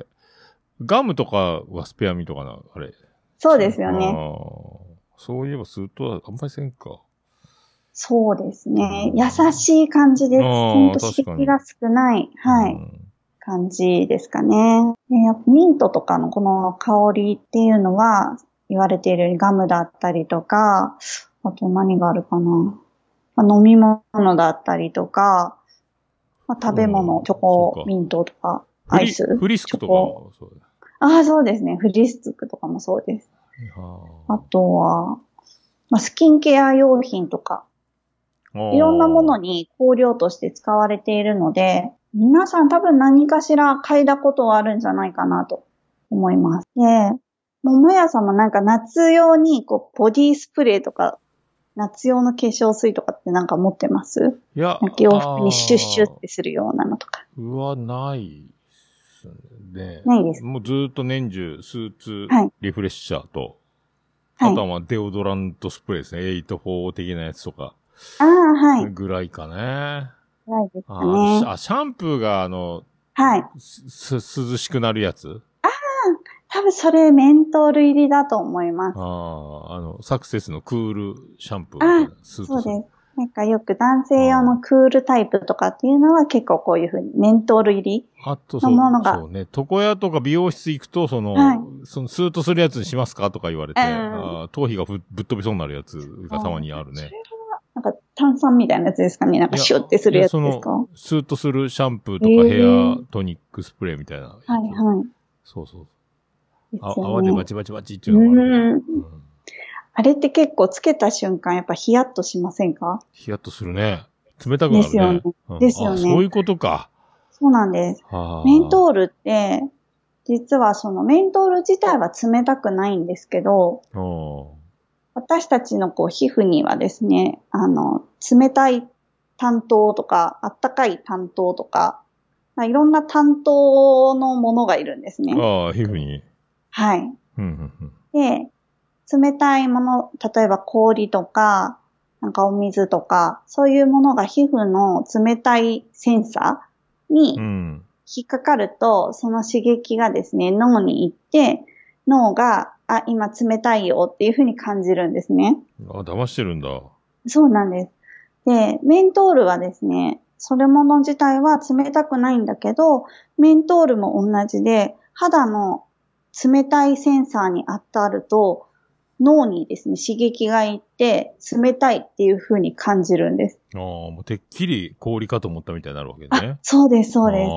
ガムとかはスペアミントかなあれ。 そうですよね。 そういえばスーッとはあんまりせんか。 そうですね。優しい感じです。ほんと刺激が少ない。はい。うん、感じですかね。やっぱミントとかのこの香りっていうのは、言われているようにガムだったりとか、あと何があるかな。まあ、飲み物だったりとか、まあ、食べ物、うん、チョコ、ミントとか、アイス。 フリスクとかもそうです。 ああ、そうですね。フリスクとかもそうです。あとは、まあ、スキンケア用品とか、いろんなものに香料として使われているので、皆さん多分何かしら嗅いだことはあるんじゃないかなと思います。で、桃屋さんもなんか夏用にこうボディスプレーとか、夏用の化粧水とかってなんか持ってます？ いや、 なんか洋服にシュッシュってするようなのとか。 うわ、ないですね。 ないです。 もうずーっと年中、スーツ、リフレッシャーと、 はい、 あとはまあデオドラントスプレーですね。エイトフォー的なやつとか。 ああ、はい。 ぐらいかね。 ぐらいですかね。 あ、シャンプーがあの、 はい。 す、涼しくなるやつ？ ああ、多分それメントール入りだと思います。 ああ、あの、サクセスのクールシャンプーみたいな。 ああ、そうです。なんかよく男性用のクールタイプとかっていうのは結構こういう風にメントール入りのものが。 あとそう、そうね。床屋とか美容室行くと、その、はい、そのスーッとするやつにしますかとか言われて、うん、あ頭皮がぶっ飛びそうになるやつがたまにあるね。 なんか炭酸みたいなやつですかね。なんかシュッてするやつですか？ スーッとするシャンプーとかヘアトニックスプレーみたいな。 はいはい。 そうそう。ね、あ泡でバチバチバチっていうのがある、うんうん。 あれって結構つけた瞬間やっぱヒヤッとしませんか？ ヒヤッとするね。冷たくなるね。 ですよね。うん、ですよね。 そういうことか。 そうなんです。メントールって、実はそのメントール自体は冷たくないんですけど、私たちのこう皮膚にはですね、あの、冷たい担当とか、あったかい担当とか、いろんな担当のものがいるんですね。 ああ、皮膚に。 はい。で、冷たいもの、例えば氷とか、なんかお水とか、そういうものが皮膚の冷たいセンサーに引っかかると、うん、その刺激がですね、脳に行って、脳が、あ、今冷たいよっていうふうに感じるんですね。 あ、騙してるんだ。 そうなんです。で、メントールはですね、それもの自体は冷たくないんだけど、メントールも同じで、肌の冷たいセンサーに当たると、脳にですね、刺激がいって、冷たいっていう風に感じるんです。 ああ、もうてっきり氷かと思ったみたいになるわけね。 あ、そうです、そうです。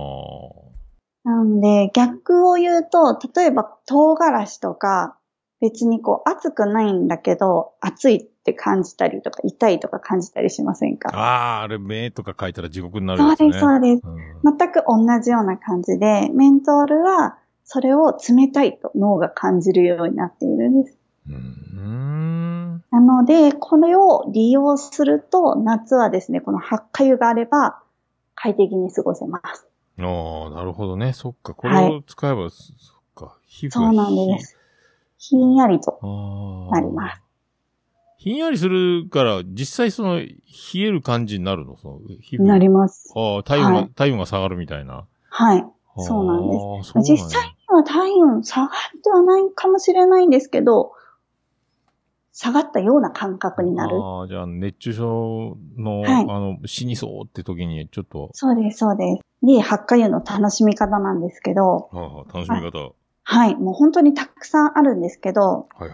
なんで、逆を言うと、例えば唐辛子とか、別にこう熱くないんだけど、熱いって感じたりとか、痛いとか感じたりしませんか？ ああ、あれ目とか書いたら地獄になるやつね。 そうです、そうです、うん。全く同じような感じで、メントールはそれを冷たいと脳が感じるようになっているんです。 うーんなので、これを利用すると、夏はですね、この発火油があれば、快適に過ごせます。 ああ、なるほどね。そっか。これを使えば、はい、そっか。皮膚がそうなんです。ひんやりとなります。 ひんやりするから、実際その、冷える感じになるの？その皮膚なります。 ああ、体温が、はい、体温が下がるみたいな。 はい。そうなんです。実際には体温下がってはないかもしれないんですけど、下がったような感覚になる。 ああ、じゃあ熱中症の、はい、あの、死にそうって時にちょっと。 そうです、そうです。で、発火油の楽しみ方なんですけど。 ああ、楽しみ方。 はい、もう本当にたくさんあるんですけど。 はいはい。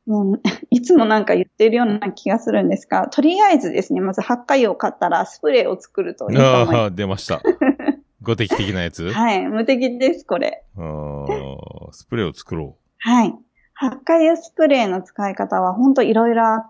もう、いつもなんか言ってるような気がするんですが、とりあえずですね、まずハッカ油を買ったらスプレーを作るといいと思います。 ああ、出ました。五滴的なやつはい、無敵です、これ。 ああ、スプレーを作ろはい。ハッカ油スプレーの使い方は本当いろいろあって、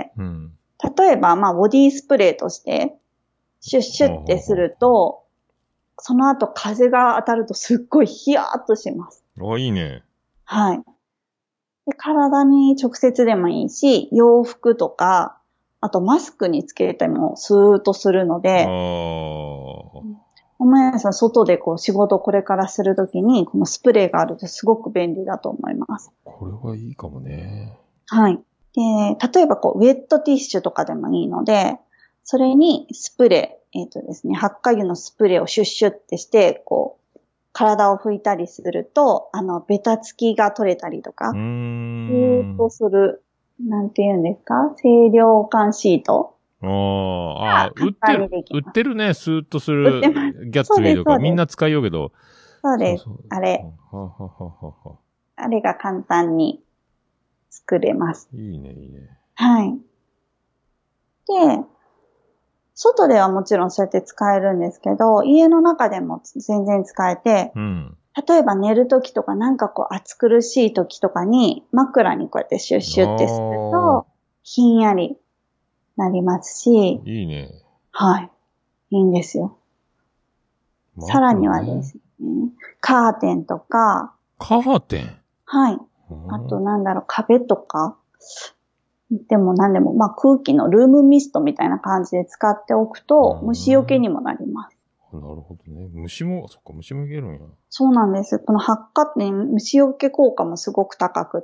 う。うん。 例えば、まあ、ボディスプレーとして、シュッシュってすると、その後風が当たるとすっごいヒヤーっとします。 あ、いいね。 はい。で、体に直接でもいいし、洋服とか、あとマスクにつけてもスーッとするので、 ああ。 お前さん外でこう仕事これからするときに、このスプレーがあるとすごく便利だと思います。 これはいいかもね。 はい。で、例えばこう、ウェットティッシュとかでもいいので、それにスプレー、えっとですね、ハッカ油のスプレーをシュッシュってして、こう、体を拭いたりすると、あの、ベタつきが取れたりとか、 うーん。 スーッとする、なんて言うんですか、清涼感シート。 ああ、ああ、売ってる、売ってるね、スーッとする、 売ってますギャッツビーとか、 そうですそうですみんな使いようけど。 そうです。 そうそうあれ、 ははははは。 あれが簡単に作れます。 いいね、いいね。 はい。で、外ではもちろんそうやって使えるんですけど、家の中でも全然使えて、 うん。 例えば寝るときとかなんかこう暑苦しいときとかに枕にこうやってシュッシュってすると、ひんやりなりますし、 いいね。 はい。いいんですよ。さらにはですね、カーテンとか、 カーテンはい。あとなんだろう、壁とか、でも何でも、まあ空気のルームミストみたいな感じで使っておくと、虫除けにもなります。 なるほどね。虫も、そっか、虫もいけるんや。 そうなんです。この発火点、虫除け効果もすごく高くって、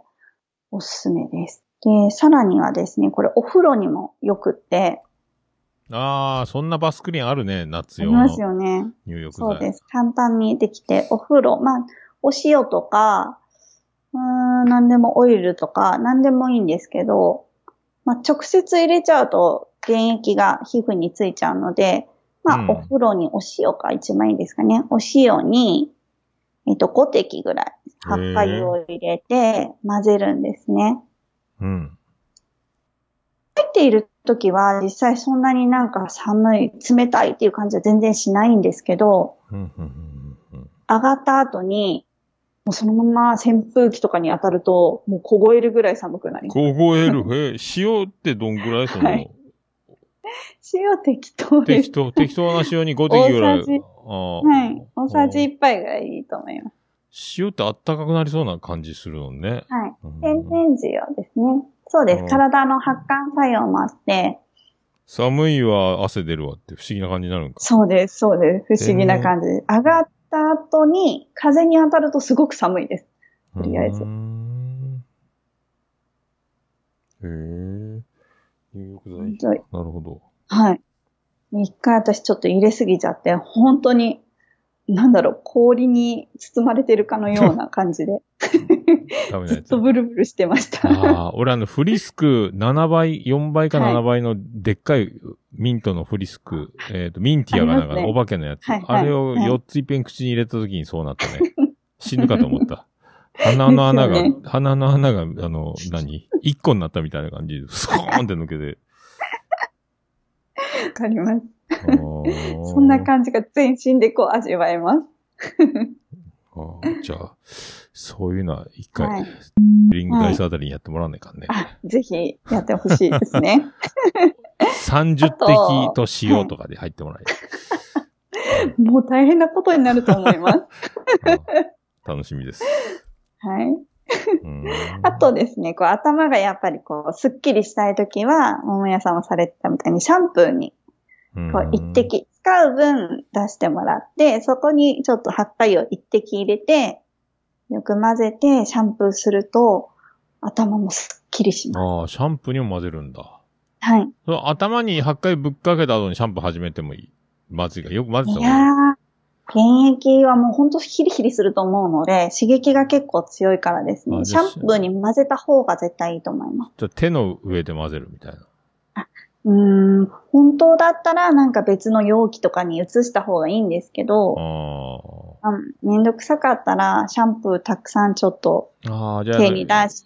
おすすめです。で、さらにはですね、これお風呂にもよくって、 ああ、そんなバスクリーンあるね、夏用の。 ありますよね。 入浴剤。 そうです。簡単にできて、お風呂、まあ、お塩とか、うーん、なんでもオイルとか、なんでもいいんですけど、まあ、直接入れちゃうと原液が皮膚についちゃうので、まあ、 うんお風呂にお塩が一番いいですかね。お塩に、えっと、ご滴ぐらい、発火油を入れて混ぜるんですね。 うん。 入っている時は実際そんなになんか寒い、冷たいっていう感じは全然しないんですけど、 うんうんうんうん、 上がった後に、もうそのまま扇風機とかに当たると、もう凍えるぐらい寒くなります。 凍える。え、塩ってどんぐらいその、はい、 塩適当です。 適当、適当な塩にご滴ぐらい。 大さじ、はい。大さじいっぱいぐらいいいと思います。 塩ってあったかくなりそうな感じするのね。 はい。天然塩ですね。そうです。体の発汗作用もあって。 寒いわ、汗出るわって不思議な感じになるんか。 そうです、そうです。不思議な感じです。上がった後に風に当たるとすごく寒いです。とりあえず。うーんへぇ入浴剤。なるほど。 はい。一回私ちょっと入れすぎちゃって、本当に、なんだろう、氷に包まれてるかのような感じで。ずっとブルブルしてました。 ああ、俺あのフリスクななばい、よんばいかななばいのでっかいミントのフリスク、はい、えっ、ー、と、ミンティアがなんか、ね、お化けのやつ、はいはい。あれをよっついっぺん口に入れた時にそうなったね。死ぬかと思った。鼻の穴が、ね、鼻の穴が、あの、何一個になったみたいな感じで、スコーンって抜けて。 わかります。そんな感じが全身でこう味わえます。 あじゃあ、そういうのは一回、はい、リングダイスあたりにやってもらわないかんね。 はい、あぜひやってほしいですね。 さんじゅってきと塩とかで入ってもらえる。 もう大変なことになると思います。 楽しみです。 はい。あとですね、こう頭がやっぱりこう、スッキリしたいときは、桃屋さんもされてたみたいにシャンプーに、こう一滴、使う分出してもらって、そこにちょっと発火油を一滴入れて、よく混ぜてシャンプーすると、頭もスッキリします。 ああ、シャンプーにも混ぜるんだ。 はい。 その頭に発火油ぶっかけた後にシャンプー始めてもいい。まずいか。よく混ぜた方がいい。いやー。原液はもうほんとヒリヒリすると思うので、刺激が結構強いからですね。シャンプーに混ぜた方が絶対いいと思います。 じゃあ手の上で混ぜるみたいな。 あうーん、本当だったらなんか別の容器とかに移した方がいいんですけど、 うんめんどくさかったら、シャンプーたくさんちょっとああ、じゃあ、 手に出して、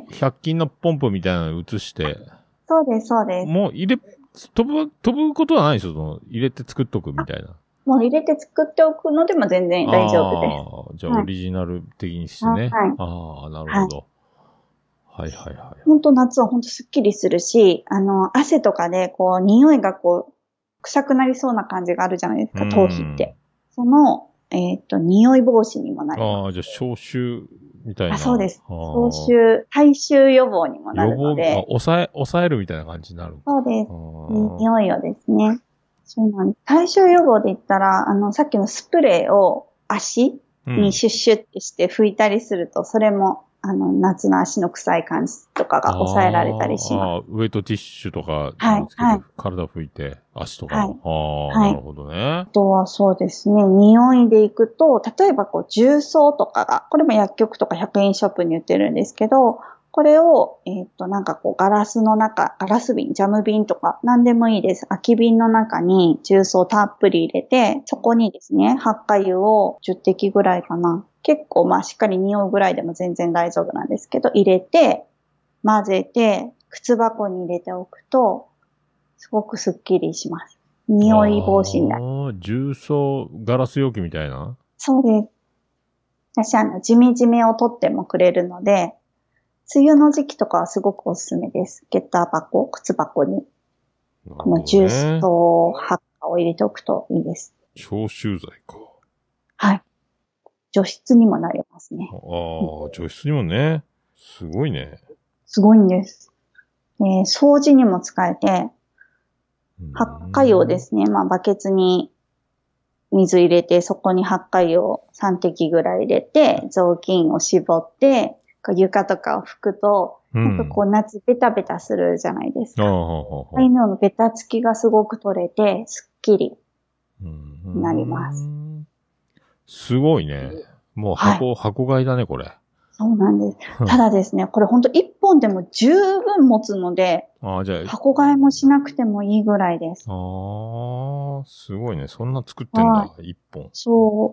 ひゃく均のポンプみたいなの移して。 そうです、そうです。 もう入れ、飛ぶ、飛ぶことはないですよ、その、入れて作っとくみたいな。 もう入れて作っておくのでも全然大丈夫です。 ああ、じゃあオリジナル的にしてね。 はい、 ああ、なるほど。はい、はい、はいはい。 本当夏は本当スッキリするし、あの、汗とかでこう、匂いがこう、臭くなりそうな感じがあるじゃないですか、頭皮って。その、えっと、匂い防止にもなります。 ああ、じゃあ消臭みたいな。 あ、そうです。消臭、体臭予防にもなるので。 予防、あ、抑え、抑えるみたいな感じになる。 そうです。匂いをですね。そうなんです。体臭予防で言ったら、あの、さっきのスプレーを足にシュッシュってして拭いたりすると、うん、それも、あの、夏の足の臭い感じとかが抑えられたりします。ああ、 ウェイトティッシュとか、 はい、はい。 体拭いて、足とかも。はい、ああ、はい、なるほどね。 あとはそうですね、匂いでいくと、例えばこう、重曹とかが、これも薬局とかひゃくえんショップに売ってるんですけど、これを、えっと、なんかこう、ガラスの中、ガラス瓶、ジャム瓶とか、なんでもいいです。空き瓶の中に重曹たっぷり入れて、そこにですね、発火油をじゅってきぐらいかな。結構、まあ、しっかり匂うぐらいでも全然大丈夫なんですけど、入れて、混ぜて、靴箱に入れておくと、すごくスッキリします。匂い防止になる。 ああ、重曹、ガラス容器みたいな？ そうです。私、あの、ジメジメを取ってもくれるので、梅雨の時期とかはすごくおすすめです。ゲッター箱、靴箱に。この重曹、発火を入れておくといいです。 消臭剤か。 はい。除湿にもなりますね。 ああ、除湿にもね。すごいね。 すごいんです。えー、掃除にも使えて、発火油をですね、まあバケツに水入れて、そこに発火油をさんてきぐらい入れて、雑巾を絞って、床とかを拭くと、うん、なんかこう夏ベタベタするじゃないですか。ああいうののベタつきがすごく取れて、すっきりになります。 すごいね。もう箱、はい、箱買いだね、これ。 そうなんです。ただですね、これほんといっぽんでも十分持つので、 あ、じゃあ箱買いもしなくてもいいぐらいです。 ああ、すごいね。そんな作ってんだ、いっぽん。 そう。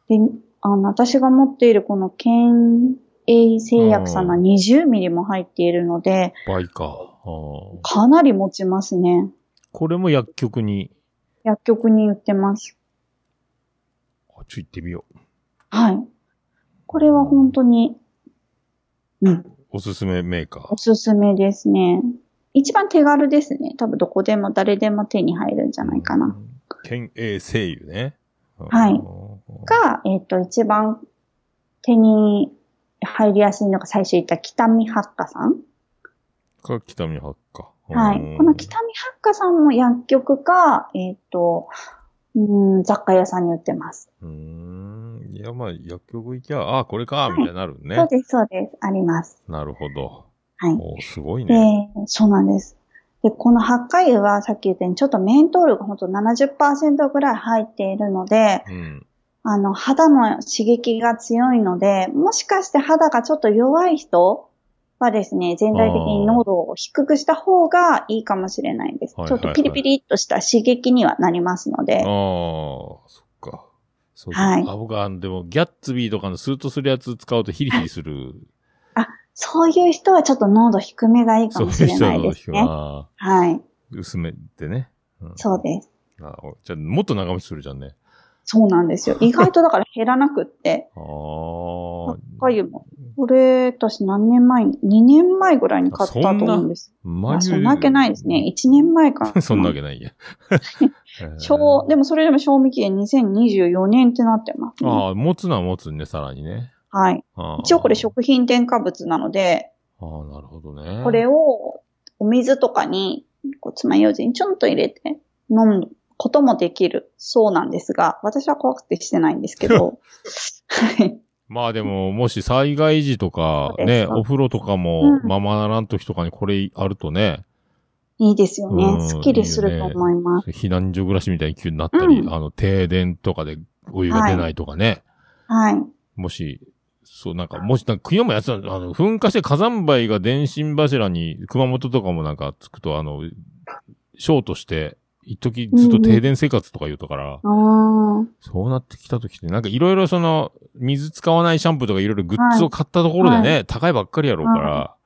で、あの、私が持っているこの県営製薬さんのにじゅうミリも入っているので、 倍か。 かなり持ちますね。 これも薬局に薬局に売ってます。 あ、ちょ、行ってみよう。 はい。これは本当に、うん。 おすすめメーカー。 おすすめですね。一番手軽ですね。多分どこでも誰でも手に入るんじゃないかな。 県営製油ね。 はい。が、えっと、一番手に入りやすいのが最初言った北見八花さんか、北見八花。 はい。この北見八花さんも薬局か、えっと、うん、雑貨屋さんに売ってます。 うーん。いや、まあ、薬局行きゃ、ああ、これか、みたいになるね。 そうです、そうです。あります。 なるほど。 はい。 おすごいね。 で、そうなんです。で、この発火油はさっき言ったように、ちょっとメントールがほんと ななじゅっパーセント ぐらい入っているので、うん、あの、肌の刺激が強いので、もしかして肌がちょっと弱い人はですね、全体的に濃度を低くした方がいいかもしれないです。ちょっとピリピリっとした刺激にはなりますので。 ああ、そっか。そうそう。はい。あ、僕は、でも、ギャッツビーとかのスーッとするやつ使うとヒリヒリする。 あ、そういう人はちょっと濃度低めがいいかもしれないですね。はい。 薄めてね。 うん、そうです。 あ、じゃあ、もっと長持ちするじゃんね。 そうなんですよ。意外とだから減らなくって。ああ。発火油も。これ、私何年前に、にねんまえぐらいに買ったと思うんです。そんな、そんなわけないですね。いちねんまえかな。 そんなわけないや。 賞、でもそれでも賞味期限にせんにじゅうよねんってなってます、 ね。ああ、持つのは持つね、さらにね。 はい。一応これ食品添加物なので。 ああ、なるほどね。 これを、お水とかに、こう、爪楊枝にちょんと入れて飲むこともできるそうなんですが、私は怖くてしてないんですけど。はい。 まあでも、もし災害時とか、ね、お風呂とかも、ままならん時とかにこれあるとね。 いいですよね。スッキリすると思います。 いいね、避難所暮らしみたいに急になったり、うん、あの、停電とかでお湯が出ないとかね。 はい。はい、 もし、そう、なんか、もし、なんか、国もやつあの、噴火して火山灰が電信柱に、熊本とかもなんかつくと、あの、ショートして、 一時ずっと停電生活とか言うたから、 うんうん、 そうなってきた時って、なんかいろいろその、水使わないシャンプーとかいろいろグッズを買ったところでね、はい、高いばっかりやろうから、はい、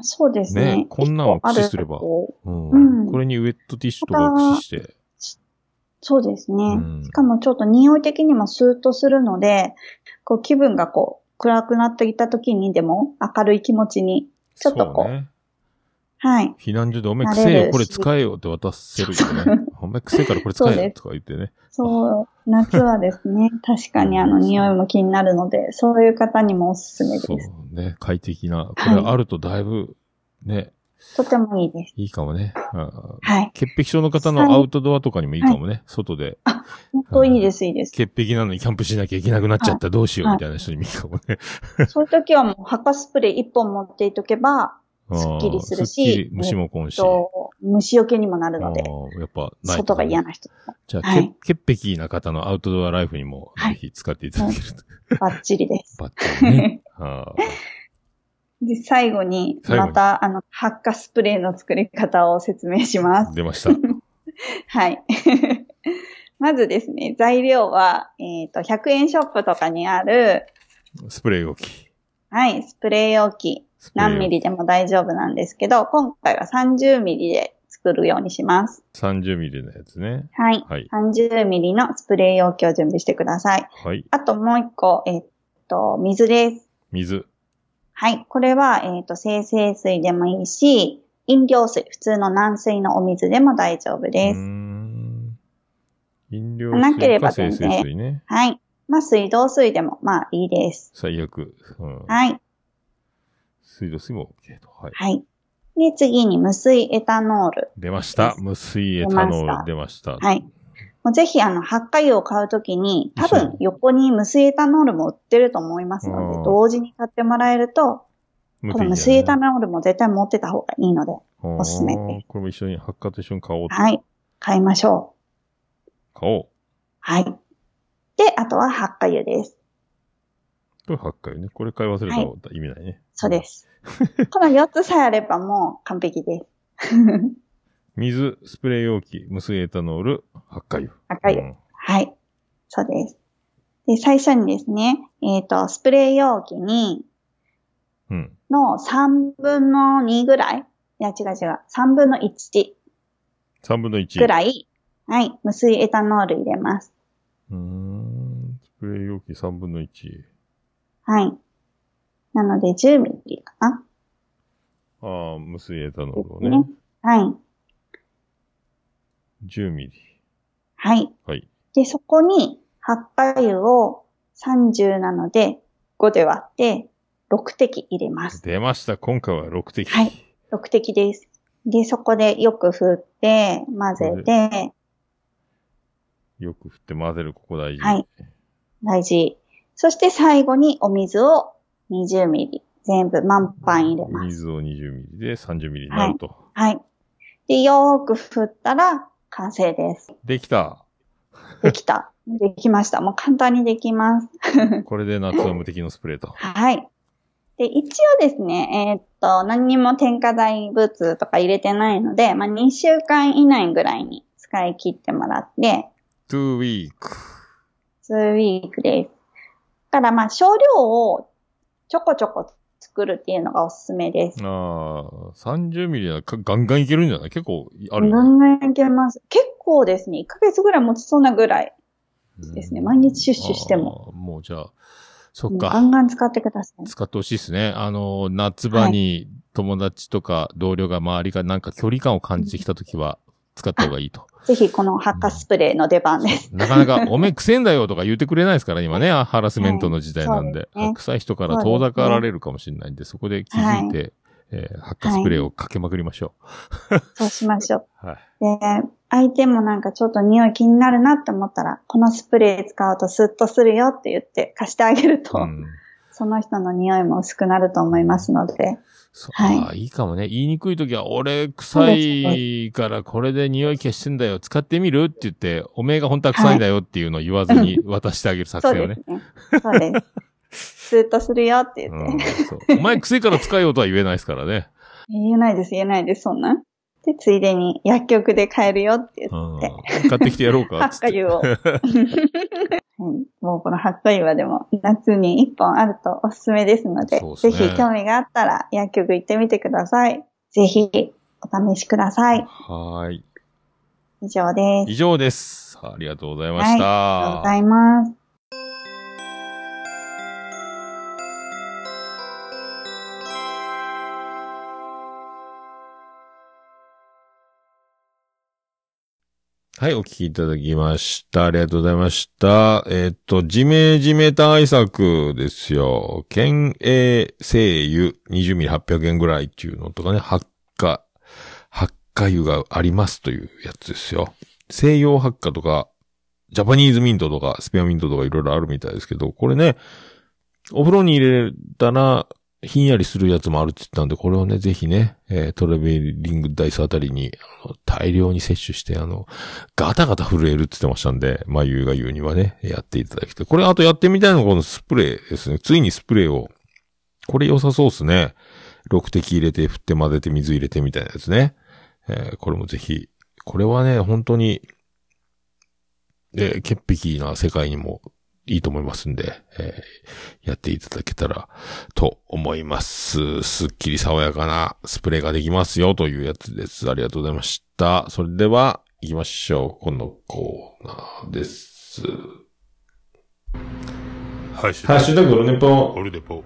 そうですね。 ね、こんなんを駆使すれば、うんうん、これにウェットティッシュとかを駆使して。 そうですね、うん。しかもちょっと匂い的にもスーッとするので、こう気分がこう暗くなってきた時にでも明るい気持ちに、ちょっとこう、うね、はい。 避難所でおめくせえよ、これ使えよって渡せるよね。おめくせえからこれ使えよとか言ってね。 そう、夏はですね、確かにあの匂いも気になるので、そういう方にもおすすめです。 そうね、快適な、これあるとだいぶね、はい、 とてもいいです。 いいかもね。 はい。 潔癖症の方のアウトドアとかにもいいかもね。はい、外で。 あ、本当いいです、いいです。 潔癖なのにキャンプしなきゃいけなくなっちゃった、はい、どうしようみたいな人にもいいかもね。 そういう時はもう、ハカスプレー一本持っていとけば、すっきりするし、 虫も来んし、 えっと、虫除けにもなるので、 やっぱない、 外が嫌な人。 じゃあ、はい、潔癖な方のアウトドアライフにも、ぜひ使っていただけると。 はい、バッチリです。 バッチリね。はで、最後に、また、あの、発火スプレーの作り方を説明します。 出ました。 はい。まずですね、材料は、えっと、ひゃくえんショップとかにある、 スプレー容器。 はい、スプレー容器。何ミリでも大丈夫なんですけど、今回はさんじゅうミリで作るようにします。 さんじゅうミリのやつね。 はい。はい、さんじゅうミリのスプレー容器を準備してください。 はい。 あともう一個、えっと、水です。 水。 はい。これは、えっと、精製水でもいいし、飲料水、普通の軟水のお水でも大丈夫です。うーん。飲料水か精製水ね。 はい。まあ、水道水でも、まあ、いいです。 最悪。うん、 はい。 水道水も OK と。はい。 はい。で、次に無水エタノール。 出ました。無水エタノール出ました。 はい。もうぜひ、あの、発火油を買うときに、多分横に無水エタノールも売ってると思いますので、同時に買ってもらえると、この無水エタノールも絶対持ってた方がいいので、おすすめです。 これも一緒に、発火と一緒に買おうと。 はい。買いましょう。買おう。 はい。で、あとは発火油です。 これ発火油ね。これ買い忘れたら意味ないね。はい、 そうです。このよっつさえあればもう完璧です。 水、スプレー容器、無水エタノール、発火油。 発火油、うん。はい。そうです。で、最初にですね、えっと、スプレー容器に、 うん。 のさんぶんのにぐらい、いや違う違う、さんぶんのいち。 さんぶんのいち。 ぐらい、はい、無水エタノール入れます。 うーん。スプレー容器さんぶんのいち。 はい。なのでじゅうミリかな。 ああ、無水エタノールをね。ね、 はい。 じゅうミリ。 はい。 はい。 で、そこに発火油をさんじゅうなのでごで割ってろくてき入れます。 出ました。今回はろくてき。 はい。ろくてきです。で、そこでよく振って、混ぜて。 よく振って混ぜる、ここ大事。 はい。大事。そして最後にお水をにじゅうミリ。全部満パン入れます。 水をにじゅうミリでさんじゅうミリになると。 はい。はい。で、よーく振ったら完成です。 できた。 できた。できました。もう簡単にできます。 これで夏は無敵のスプレーと。 はい。で、一応ですね、えー、っと、何にも添加剤物とか入れてないので、まあ、にしゅうかん以内ぐらいに使い切ってもらって。 ツーウィーク。 ツーウィークです。だから、まあ、少量をちょこちょこ作るっていうのがおすすめです。 ああ、さんじゅうミリはガンガンいけるんじゃない？結構ある、ね。 ガンガンいけます。結構ですね、いっかげつぐらい持ちそうなぐらいですね。毎日シュッシュしても。 もうじゃあ、そっか。 ガンガン使ってください。 使ってほしいですね。あの、夏場に友達とか同僚が周りがなんか距離感を感じてきたときは使った方がいいと。 ぜひこの発火スプレーの出番です。 なかなかおめえくせえんだよとか言ってくれないですから、今ね、ハラスメントの時代なんで。はい、ね、臭い人から遠ざかられるかもしれないんで、そこで気づいて、はいえー、発火スプレーをかけまくりましょう。 はい、そうしましょう。 はい。 で、相手もなんかちょっと匂い気になるなって思ったら、このスプレー使うとスッとするよって言って貸してあげると、うん、その人の匂いも薄くなると思いますので。 そう、はい、ああ、いいかもね。言いにくいときは、俺臭いからこれで匂い消してんだよ。使ってみるって言って、おめえが本当は臭いんだよっていうのを言わずに渡してあげる作戦をね。 そうですね。そうです。スーッとするよって言って。 うん、そうお前臭いから使えようとは言えないですからね。 言えないです、言えないです、そんな。 で、ついでに薬局で買えるよって言って。 買ってきてやろうか。 発火油を、はい。もうこの発火油はでも夏にいっぽんあるとおすすめですので、 そうですね、 ぜひ興味があったら薬局行ってみてください。ぜひお試しください。 はい。 以上です。 以上です。ありがとうございました。 はい、ありがとうございます。 はい、お聞きいただきました。ありがとうございました。えっと、ジメジメ対策ですよ。県営精油にじゅうミリはっぴゃくえんぐらいっていうのとかね、発火、発火油がありますというやつですよ。西洋発火とか、ジャパニーズミントとか、スペアミントとかいろいろあるみたいですけど、これね、お風呂に入れたら、ひんやりするやつもあるって言ったんで、これをね、ぜひね、えー、トラベリングダイスあたりに、あの大量に摂取して、あの、ガタガタ震えるって言ってましたんで、まあ、言うが言うにはね、やっていただきたい。これ、あとやってみたいのがこのスプレーですね。ついにスプレーを、これ良さそうですね。ろく滴入れて、振って混ぜて、水入れてみたいなやつね。えー、これもぜひ、これはね、本当に、えー、潔癖な世界にも、いいと思いますんで、えー、やっていただけたらと思います。すっきり爽やかなスプレーができますよというやつです。ありがとうございました。それでは行きましょう。このコーナーです。 ハッシュタグオルネポ。 オルネポ。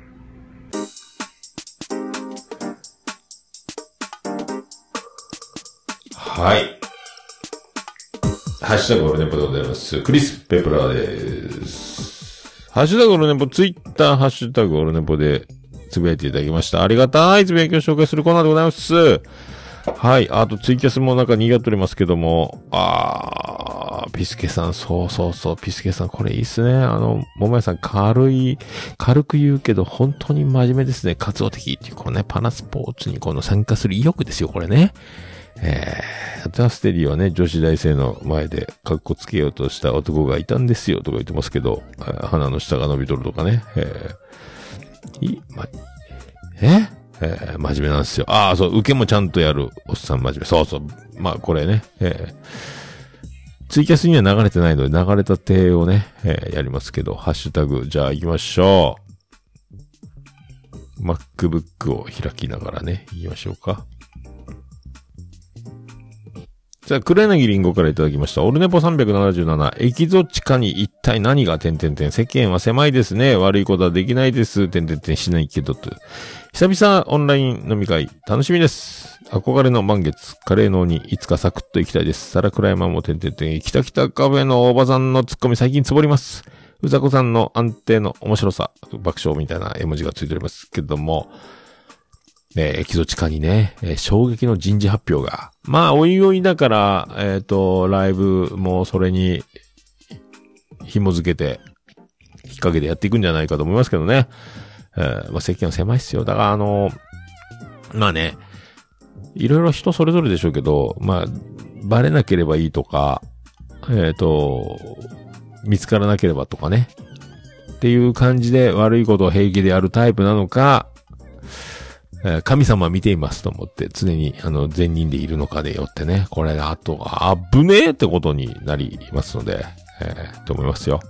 はい。ハッシュタグオルネポでございます。クリス・ペプラーです。ハッシュタグオルネポ、ツイッター、ハッシュタグオルネポでつぶやいていただきました。ありがたいつぶやきを紹介するコーナーでございます。はい。あとツイキャスもなんか賑わっておりますけども、あー、ピスケさん、そうそうそう、ピスケさん、これいいっすね。あの、ももやさん、軽い、軽く言うけど、本当に真面目ですね。活動的っていう、このね、パナスポーツにこの参加する意欲ですよ、これね。えー、アトラステリーはね、女子大生の前でカッコつけようとした男がいたんですよとか言ってますけど、鼻の下が伸びとるとかね、えー、い、ま、ええー、真面目なんですよ。ああ、そう、受けもちゃんとやるおっさん真面目。そうそう。まあ、これね、えー、ツイキャスには流れてないので、流れた手をね、えー、やりますけど、ハッシュタグ、じゃあ行きましょう。MacBook を開きながらね、行きましょうか。じゃあ、黒柳りんごからいただきました。オルネポさんびゃくななじゅうなな。エキゾチカに一体何が点々点。世間は狭いですね。悪いことはできないです。点々点しないけどと。久々オンライン飲み会。楽しみです。憧れの満月。カレーのにいつかサクッと行きたいです。サラクライマンも点々点。きたきたカフェのおばさんのツッコミ最近つぼります。うざこさんの安定の面白さ。爆笑みたいな絵文字がついておりますけども。えー、エキゾチカにね、えー、衝撃の人事発表が。まあ、おいおいだから、えっと、ライブもそれに、紐づけて、引っ掛けてやっていくんじゃないかと思いますけどね。えー、まあ、世間は狭いっすよ。だから、あの、まあね、いろいろ人それぞれでしょうけど、まあ、バレなければいいとか、えっと、見つからなければとかね。っていう感じで悪いことを平気でやるタイプなのか、神様見ていますと思って常にあの善人でいるのかでよってね、これあとあぶねえってことになりますので、えー、と思いますよ。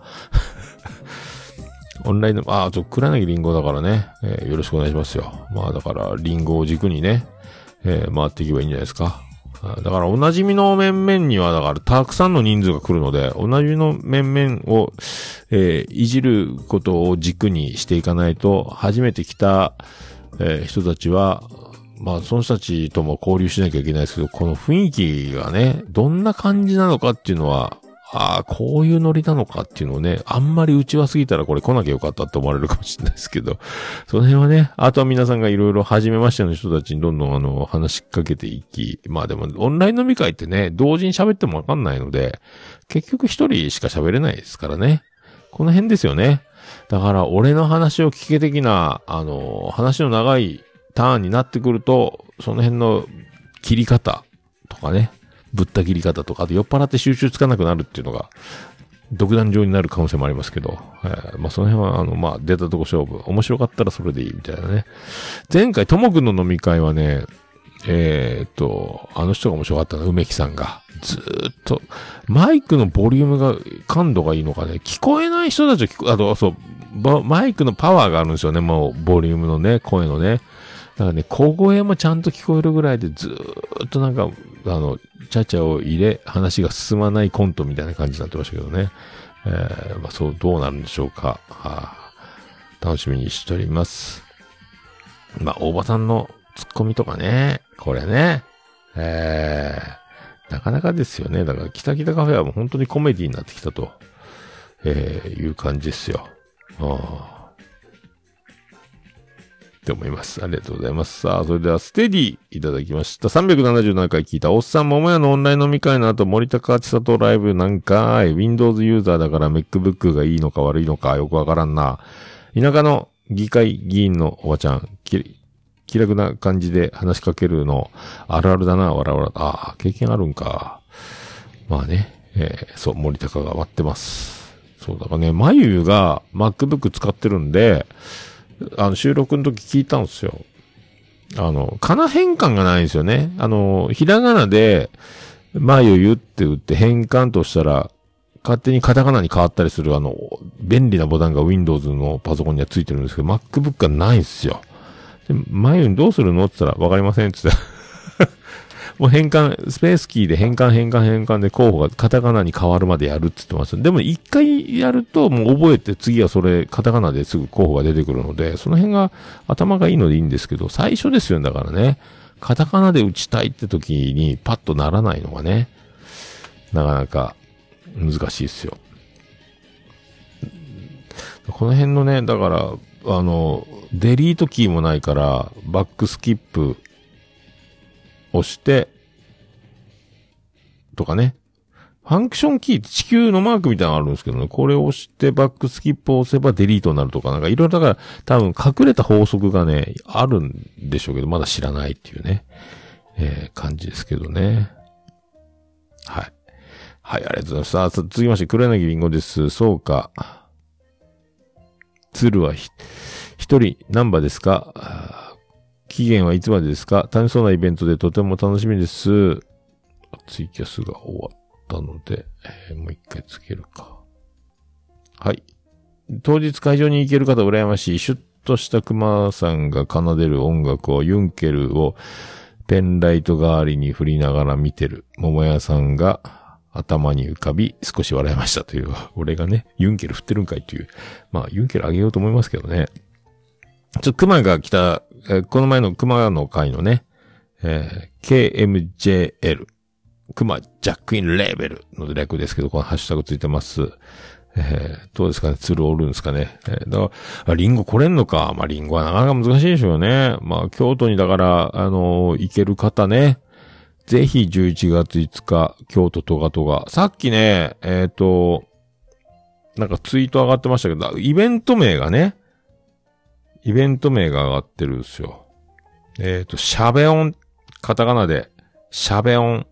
オンラインの、あ、ちょ、黒柳りんごだからね、えー、よろしくお願いしますよ。まあだからりんごを軸にね、えー、回っていけばいいんじゃないですか。だからおなじみの面々にはだからたくさんの人数が来るので、おなじみの面々を、えー、いじることを軸にしていかないと、初めて来たえー、人たちは、まあ、その人たちとも交流しなきゃいけないですけど、この雰囲気がね、どんな感じなのかっていうのは、ああ、こういうノリなのかっていうのをね、あんまり内輪すぎたらこれ来なきゃよかったって思われるかもしれないですけど、その辺はね、あとは皆さんがいろいろ初めましての人たちにどんどんあの、話しかけていき、まあでも、オンライン飲み会ってね、同時に喋ってもわかんないので、結局一人しか喋れないですからね。この辺ですよね。だから、俺の話を聞け的な、あの、話の長いターンになってくると、その辺の切り方とかね、ぶった切り方とか、あと酔っ払って集中つかなくなるっていうのが、独壇場になる可能性もありますけど、えー、まあその辺は、あの、まあ出たとこ勝負。面白かったらそれでいいみたいなね。前回、ともくんの飲み会はね、 えーっと、あの人が面白かったな、梅木さんが。ずーっと、マイクのボリュームが、感度がいいのかね、聞こえない人たちは聞こ、あと、そう、マイクのパワーがあるんですよね、もう、ボリュームのね、声のね。だからね、小声もちゃんと聞こえるぐらいで、ずーっとなんか、あの、ちゃちゃを入れ、話が進まないコントみたいな感じになってましたけどね。えー、まあ、そう、どうなるんでしょうか。はあ、楽しみにしております。まあ、大場さんのツッコミとかね、これね、えー、なかなかですよね。だから、北北カフェはもう本当にコメディになってきたと、えー、いう感じですよ。ああ。って思います。ありがとうございます。さあ、それではステディいただきました。さんびゃくななじゅうななかい聞いた。おっさん桃屋のオンライン飲み会の後、森高千里ライブなんかい。Windows ユーザーだから MacBook がいいのか悪いのかよくわからんな。田舎の議会議員のおばちゃん、き、気楽な感じで話しかけるの、あるあるだな、わらわら。ああ、経験あるんか。まあね、えー、そう、森高が待ってます。そう、だからね、まゆゆが MacBook 使ってるんで、あの、収録の時聞いたんですよ。あの、かな変換がないんですよね。あの、ひらがなで、まゆゆって打って変換としたら、勝手にカタカナに変わったりする、あの、便利なボタンが Windows のパソコンにはついてるんですけど、MacBook がないんですよ。で、まゆゆにどうするのって言ったら、わかりませんって言ったら、もう変換、スペースキーで変換変換変換で候補がカタカナに変わるまでやるって言ってます。でも一回やるともう覚えて次はそれカタカナですぐ候補が出てくるので、その辺が頭がいいのでいいんですけど、最初ですよね、だからね。カタカナで打ちたいって時にパッとならないのがね、なかなか難しいですよ。この辺のね、だから、あの、デリートキーもないから、バックスキップ、押して、とかね。ファンクションキーって地球のマークみたいなのがあるんですけどね。これを押してバックスキップを押せばデリートになるとか、なんかいろいろだから多分隠れた法則がね、あるんでしょうけど、まだ知らないっていうね、えー、感じですけどね。はい。はい、ありがとうございます。さあ、続きまして、黒柳りんごです。そうか。鶴はひ、一人何羽ですか？期限はいつまでですか？楽しそうなイベントでとても楽しみです。ツイキャスが終わったので、えー、もう一回つけるか。はい。当日会場に行ける方羨ましい。シュッとした熊さんが奏でる音楽をユンケルをペンライト代わりに振りながら見てる桃屋さんが頭に浮かび少し笑いましたという。俺がね、ユンケル振ってるんかいっていう。まあ、ユンケルあげようと思いますけどね。ちょっと熊が来た、えー、この前の熊の回のね、えー、ケーエムジェーエル、熊ジャックインレーベルの略ですけど、このハッシュタグついてます。えー、どうですかね、鶴おるんですかね。えー、だから、リンゴ来れんのか。まあ、リンゴはなかなか難しいでしょうね。まあ、京都にだから、あのー、行ける方ね、ぜひじゅういちがついつか、京都トガトガ。さっきね、えっと、なんかツイート上がってましたけど、イベント名がね、イベント名が上がってるんですよ。えっと、シャベオン、カタカナで、シャベオン。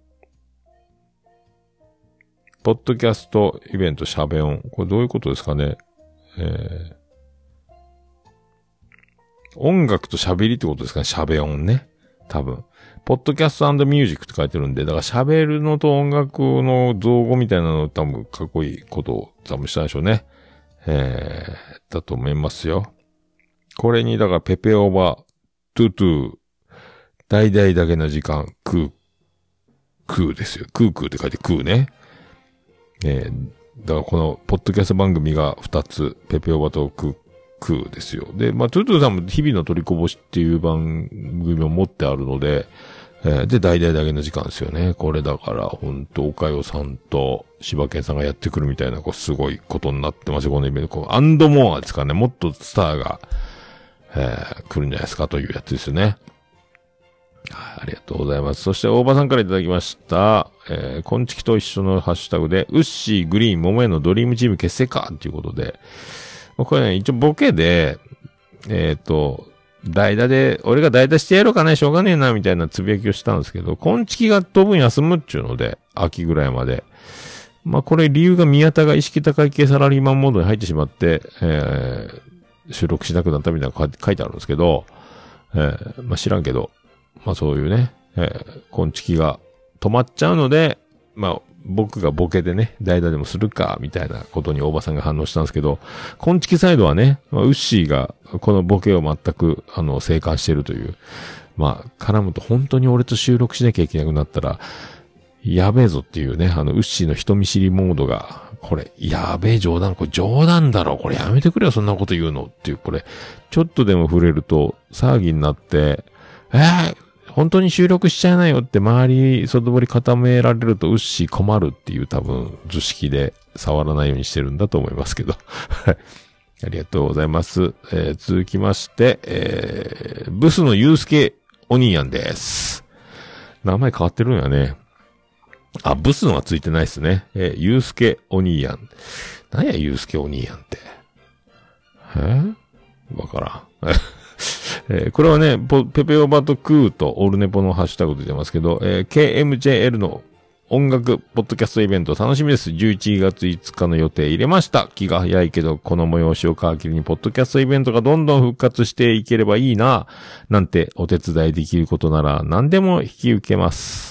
ポッドキャストイベントシャベオン。これどういうことですかね。えー、音楽と喋りってことですかね。シャベオンね。多分。ポッドキャスト&ミュージックって書いてるんで、だから喋るのと音楽の造語みたいなの多分かっこいいことを多分したんでしょうね。えー、だと思いますよ。これに、だから、ペペオバ、トゥトゥ、大々だけの時間、クー、クーですよ。クークーって書いてクーね。えー、だからこの、ポッドキャスト番組がふたつ、ペペオバとクー、クーですよ。で、まあ、トゥトゥさんも日々の取りこぼしっていう番組を持ってあるので、えー、で、大々だけの時間ですよね。これだから、ほんと、おかよさんと柴犬さんがやってくるみたいな、こう、すごいことになってますよ、このイベント。こう、アンドモアですかね。もっとスターが、えー、来るんじゃないですかというやつですよね。はい、ありがとうございます。そして、大場さんからいただきました。えー、こんちきと一緒のハッシュタグで、ウッシー、グリーン、桃屋のドリームチーム結成かということで、これね、一応ボケで、えっと、代打で、俺が代打してやろうかね、しょうがねえな、みたいなつぶやきをしたんですけど、こんちきが当分休むっちゅうので、秋ぐらいまで。まあ、これ理由が宮田が意識高い系サラリーマンモードに入ってしまって、えー、収録しなくなったみたいなのが書いてあるんですけど、えー、まあ、知らんけど、 まあそういうね、えー、昆虫が止まっちゃうので、まあ僕がボケでね、代打でもするか、みたいなことに大場さんが反応したんですけど、昆虫サイドはね、まあ、ウッシーがこのボケを全く、あの、生還しているという、まあ、絡むと本当に俺と収録しなきゃいけなくなったら、やべえぞっていうね、あの、ウッシーの人見知りモードが、これ、やべえ冗談、これ冗談だろ、これやめてくれよ、そんなこと言うのっていう、これ、ちょっとでも触れると、騒ぎになって、えー、本当に収録しちゃいなよって周り、外堀固められると、ウッシー困るっていう多分、図式で触らないようにしてるんだと思いますけど。はい。ありがとうございます。えー、続きまして、えー、ブスのユースケお兄やんです。名前変わってるんやね。あ、ブスのはついてないですね。えー、ユースケお兄やん。何や、ユースケお兄やんって。えー、わからん。えー、これはね、ペペオバとクーとオールネポのハッシュタグで出ますけど、えー、ケーエムジェーエル の音楽ポッドキャストイベント楽しみです。じゅういちがついつかの予定入れました。気が早いけど、この催しを皮切りにポッドキャストイベントがどんどん復活していければいいな、なんてお手伝いできることなら何でも引き受けます。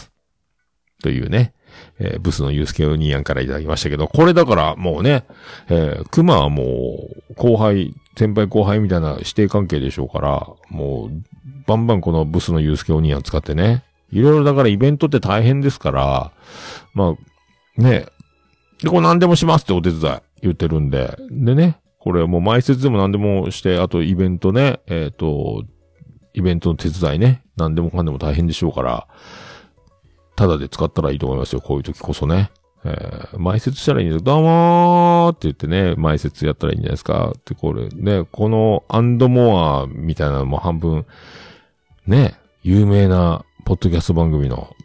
というね、えー、ブスのユースケお兄やんからいただきましたけど、これだからもうね、えー、クマはもう後輩、先輩後輩みたいな指定関係でしょうから、もうバンバンこのブスのユースケお兄やん使ってね、いろいろだからイベントって大変ですから、まあ、ね。で、これ何でもしますってお手伝い言ってるんで。でね、これもう前説でも何でもして、あとイベントね、えっと、イベントの手伝いね、何でもかんでも大変でしょうから、ただで使ったらいいと思いますよ、こういう時こそね。えー、前説したらいいんですよ。どうもーって言ってね、前説やったらいいんじゃないですか。ってこれね、このアンドモアみたいなのも半分、ね、有名な、ポッドキャスト番組の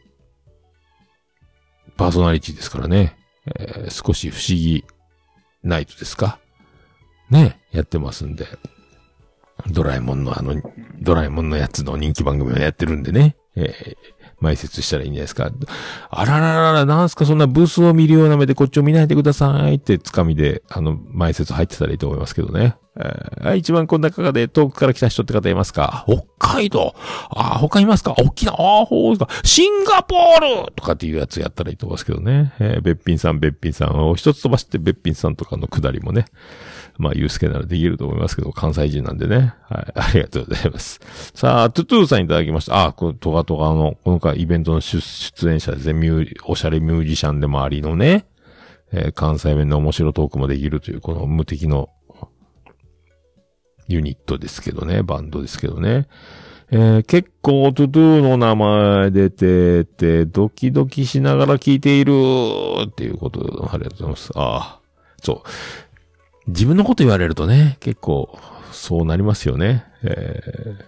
パーソナリティですからね、えー、少し不思議ナイトですかね、やってますんで、ドラえもんのあの、ドラえもんのやつの人気番組をやってるんでね、えー、前説したらいいんじゃないですか。あらららら、なんすかそんなブースを見るような目でこっちを見ないでくださいってつかみで、あの、前説入ってたらいいと思いますけどね。えー、一番こんな中で遠くから来た人って方いますか？北海道ああ、他いますか？沖縄ああ、ほうですか。シンガポールとかっていうやつやったらいいと思いますけどね。えー、べっぴんさん、べっぴんさんを一つ飛ばしてべっぴんさんとかのくだりもね。まあ、ゆうすけならできると思いますけど、関西人なんでね。はい。ありがとうございます。さあ、トゥトゥーさんいただきました。あ、このトガトガの、この回イベントの出演者ですね。ミュー、おしゃれミュージシャンでもありのね、えー、関西弁の面白トークもできるという、この無敵のユニットですけどね。バンドですけどね。えー、結構トゥトゥーの名前出てて、ドキドキしながら聞いているっていうことで、ありがとうございます。ああ、そう。自分のこと言われるとね、結構、そうなりますよね。え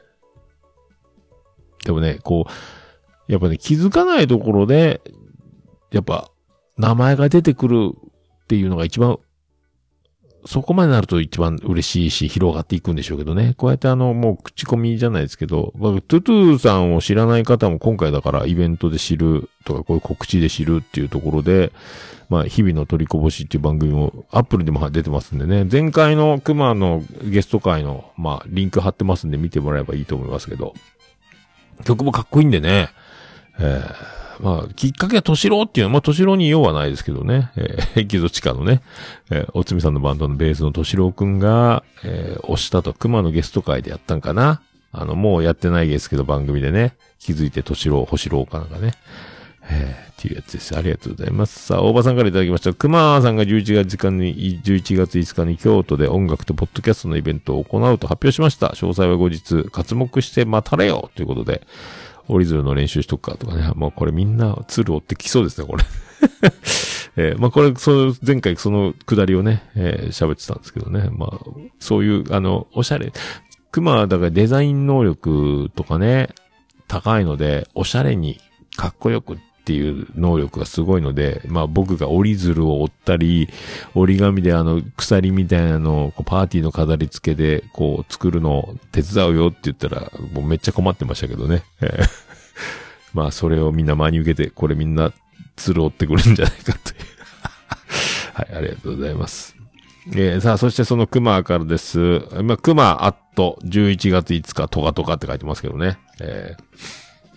ー、でもね、こう、やっぱね、気づかないところで、やっぱ、名前が出てくるっていうのが一番、そこまでなると一番嬉しいし、広がっていくんでしょうけどね。こうやってあの、もう口コミじゃないですけど、まあ、トゥトゥさんを知らない方も今回だからイベントで知るとか、こういう告知で知るっていうところで、まあ、日々の取りこぼしっていう番組も、アップルでも出てますんでね。前回の熊のゲスト会の、まあ、リンク貼ってますんで見てもらえばいいと思いますけど。曲もかっこいいんでね。えー、まあ、きっかけはトシローっていうのは、まあ、トシローに用はないですけどね。えー、エキゾチカのね、えー、おつみさんのバンドのベースのトシローくんが、えー、押したと熊のゲスト会でやったんかな。あの、もうやってないですけど、番組でね。気づいてトシロー、ホシローかなんかね。えー、っていうやつです。ありがとうございます。さあ、大場さんからいただきました。熊さんがじゅういちがつに、じゅういちがついつかに京都で音楽とポッドキャストのイベントを行うと発表しました。詳細は後日、活目して待たれよということで、折り鶴の練習しとくかとかね。もうこれみんな鶴追ってきそうですね、これ。えー、まあこれ、その、前回その下りをね、えー、喋ってたんですけどね。まあ、そういう、あの、おしゃれ、熊だからデザイン能力とかね、高いので、おしゃれにかっこよくっていう能力がすごいので、まあ僕が折り鶴を折ったり、折り紙であの鎖みたいなのをこうパーティーの飾り付けでこう作るのを手伝うよって言ったら、もうめっちゃ困ってましたけどね。まあそれをみんな真に受けて、これみんな鶴折ってくるんじゃないかという。はい、ありがとうございます。えー、さあ、そしてその熊からです。まあ、熊アットじゅういちがついつかトガトガって書いてますけどね。えー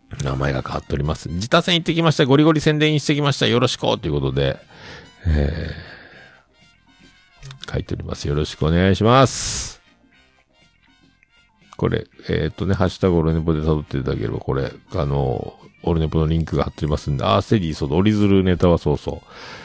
名前が変わっております。自他戦行ってきました。ゴリゴリ宣伝してきました。よろしくということで、えー、書いております。よろしくお願いします。これ、えー、っとね、ハッシュタグオルネポで辿っていただければ、これ、あの、オルネポのリンクが貼っておりますんで、あー、ステディ、そうだ、折り鶴ネタはそうそう。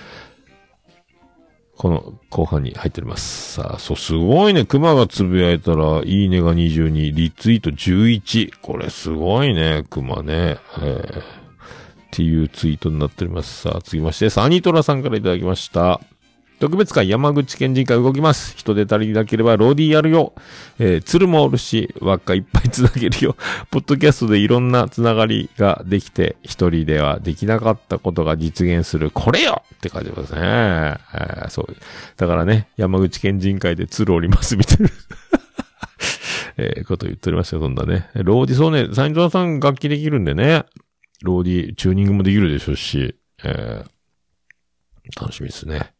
この後半に入っております。さあ、そう、すごいね。熊がつぶやいたら、いいねがにじゅうに、リツイートじゅういち。これすごいね、熊ね。えー、っていうツイートになっております。さあ、続きまして、サニトラさんからいただきました。特別会山口県人会動きます。人手足りなければローディーやるよ。えー、鶴もおるし、輪っかいっぱいつなげるよ。ポッドキャストでいろんなつながりができて、一人ではできなかったことが実現する。これよって感じますね。えー、そう。だからね、山口県人会で鶴おりますみたいな。えー、こと言っておりましたよ、そんなね。ローディ、そうね、サイントラさん楽器できるんでね。ローディ、チューニングもできるでしょうし、えー、楽しみですね。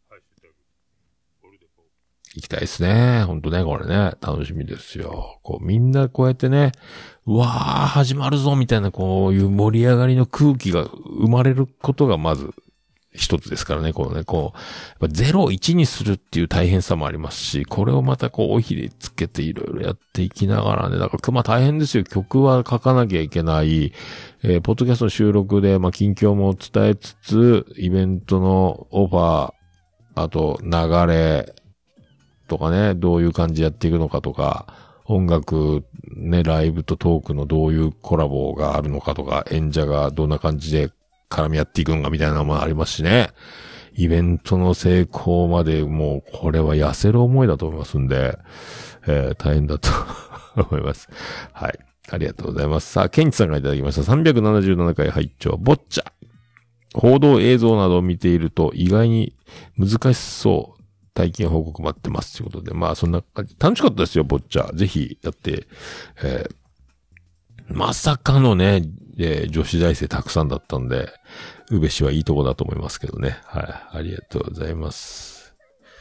行きたいですね。ほんとね、これね、楽しみですよ。こう、みんなこうやってね、うわー、始まるぞ、みたいな、こういう盛り上がりの空気が生まれることがまず一つですからね、こうね、こう、やっぱゼロをいちにするっていう大変さもありますし、これをまたこう、おひれつけていろいろやっていきながらね、だから熊大変ですよ。曲は書かなきゃいけない、えー、ポッドキャストの収録で、まあ、近況も伝えつつ、イベントのオファー、あと、流れ、とかね、どういう感じやっていくのかとか、音楽、ね、ライブとトークのどういうコラボがあるのかとか、演者がどんな感じで絡み合っていくのかみたいなのもありますしね。イベントの成功までもうこれは痩せる思いだと思いますんで、えー、大変だと思います。はい。ありがとうございます。さあ、ケンチさんがいただきました。さんびゃくななじゅうななかい拝聴ボッチャ。報道映像などを見ていると意外に難しそう。体験報告待ってますということで、まあそんな感じ、楽しかったですよ、ボッチャ。ぜひやって、えー、まさかのね、えー、女子大生たくさんだったんで、宇部市はいいとこだと思いますけどね。はい、ありがとうございます。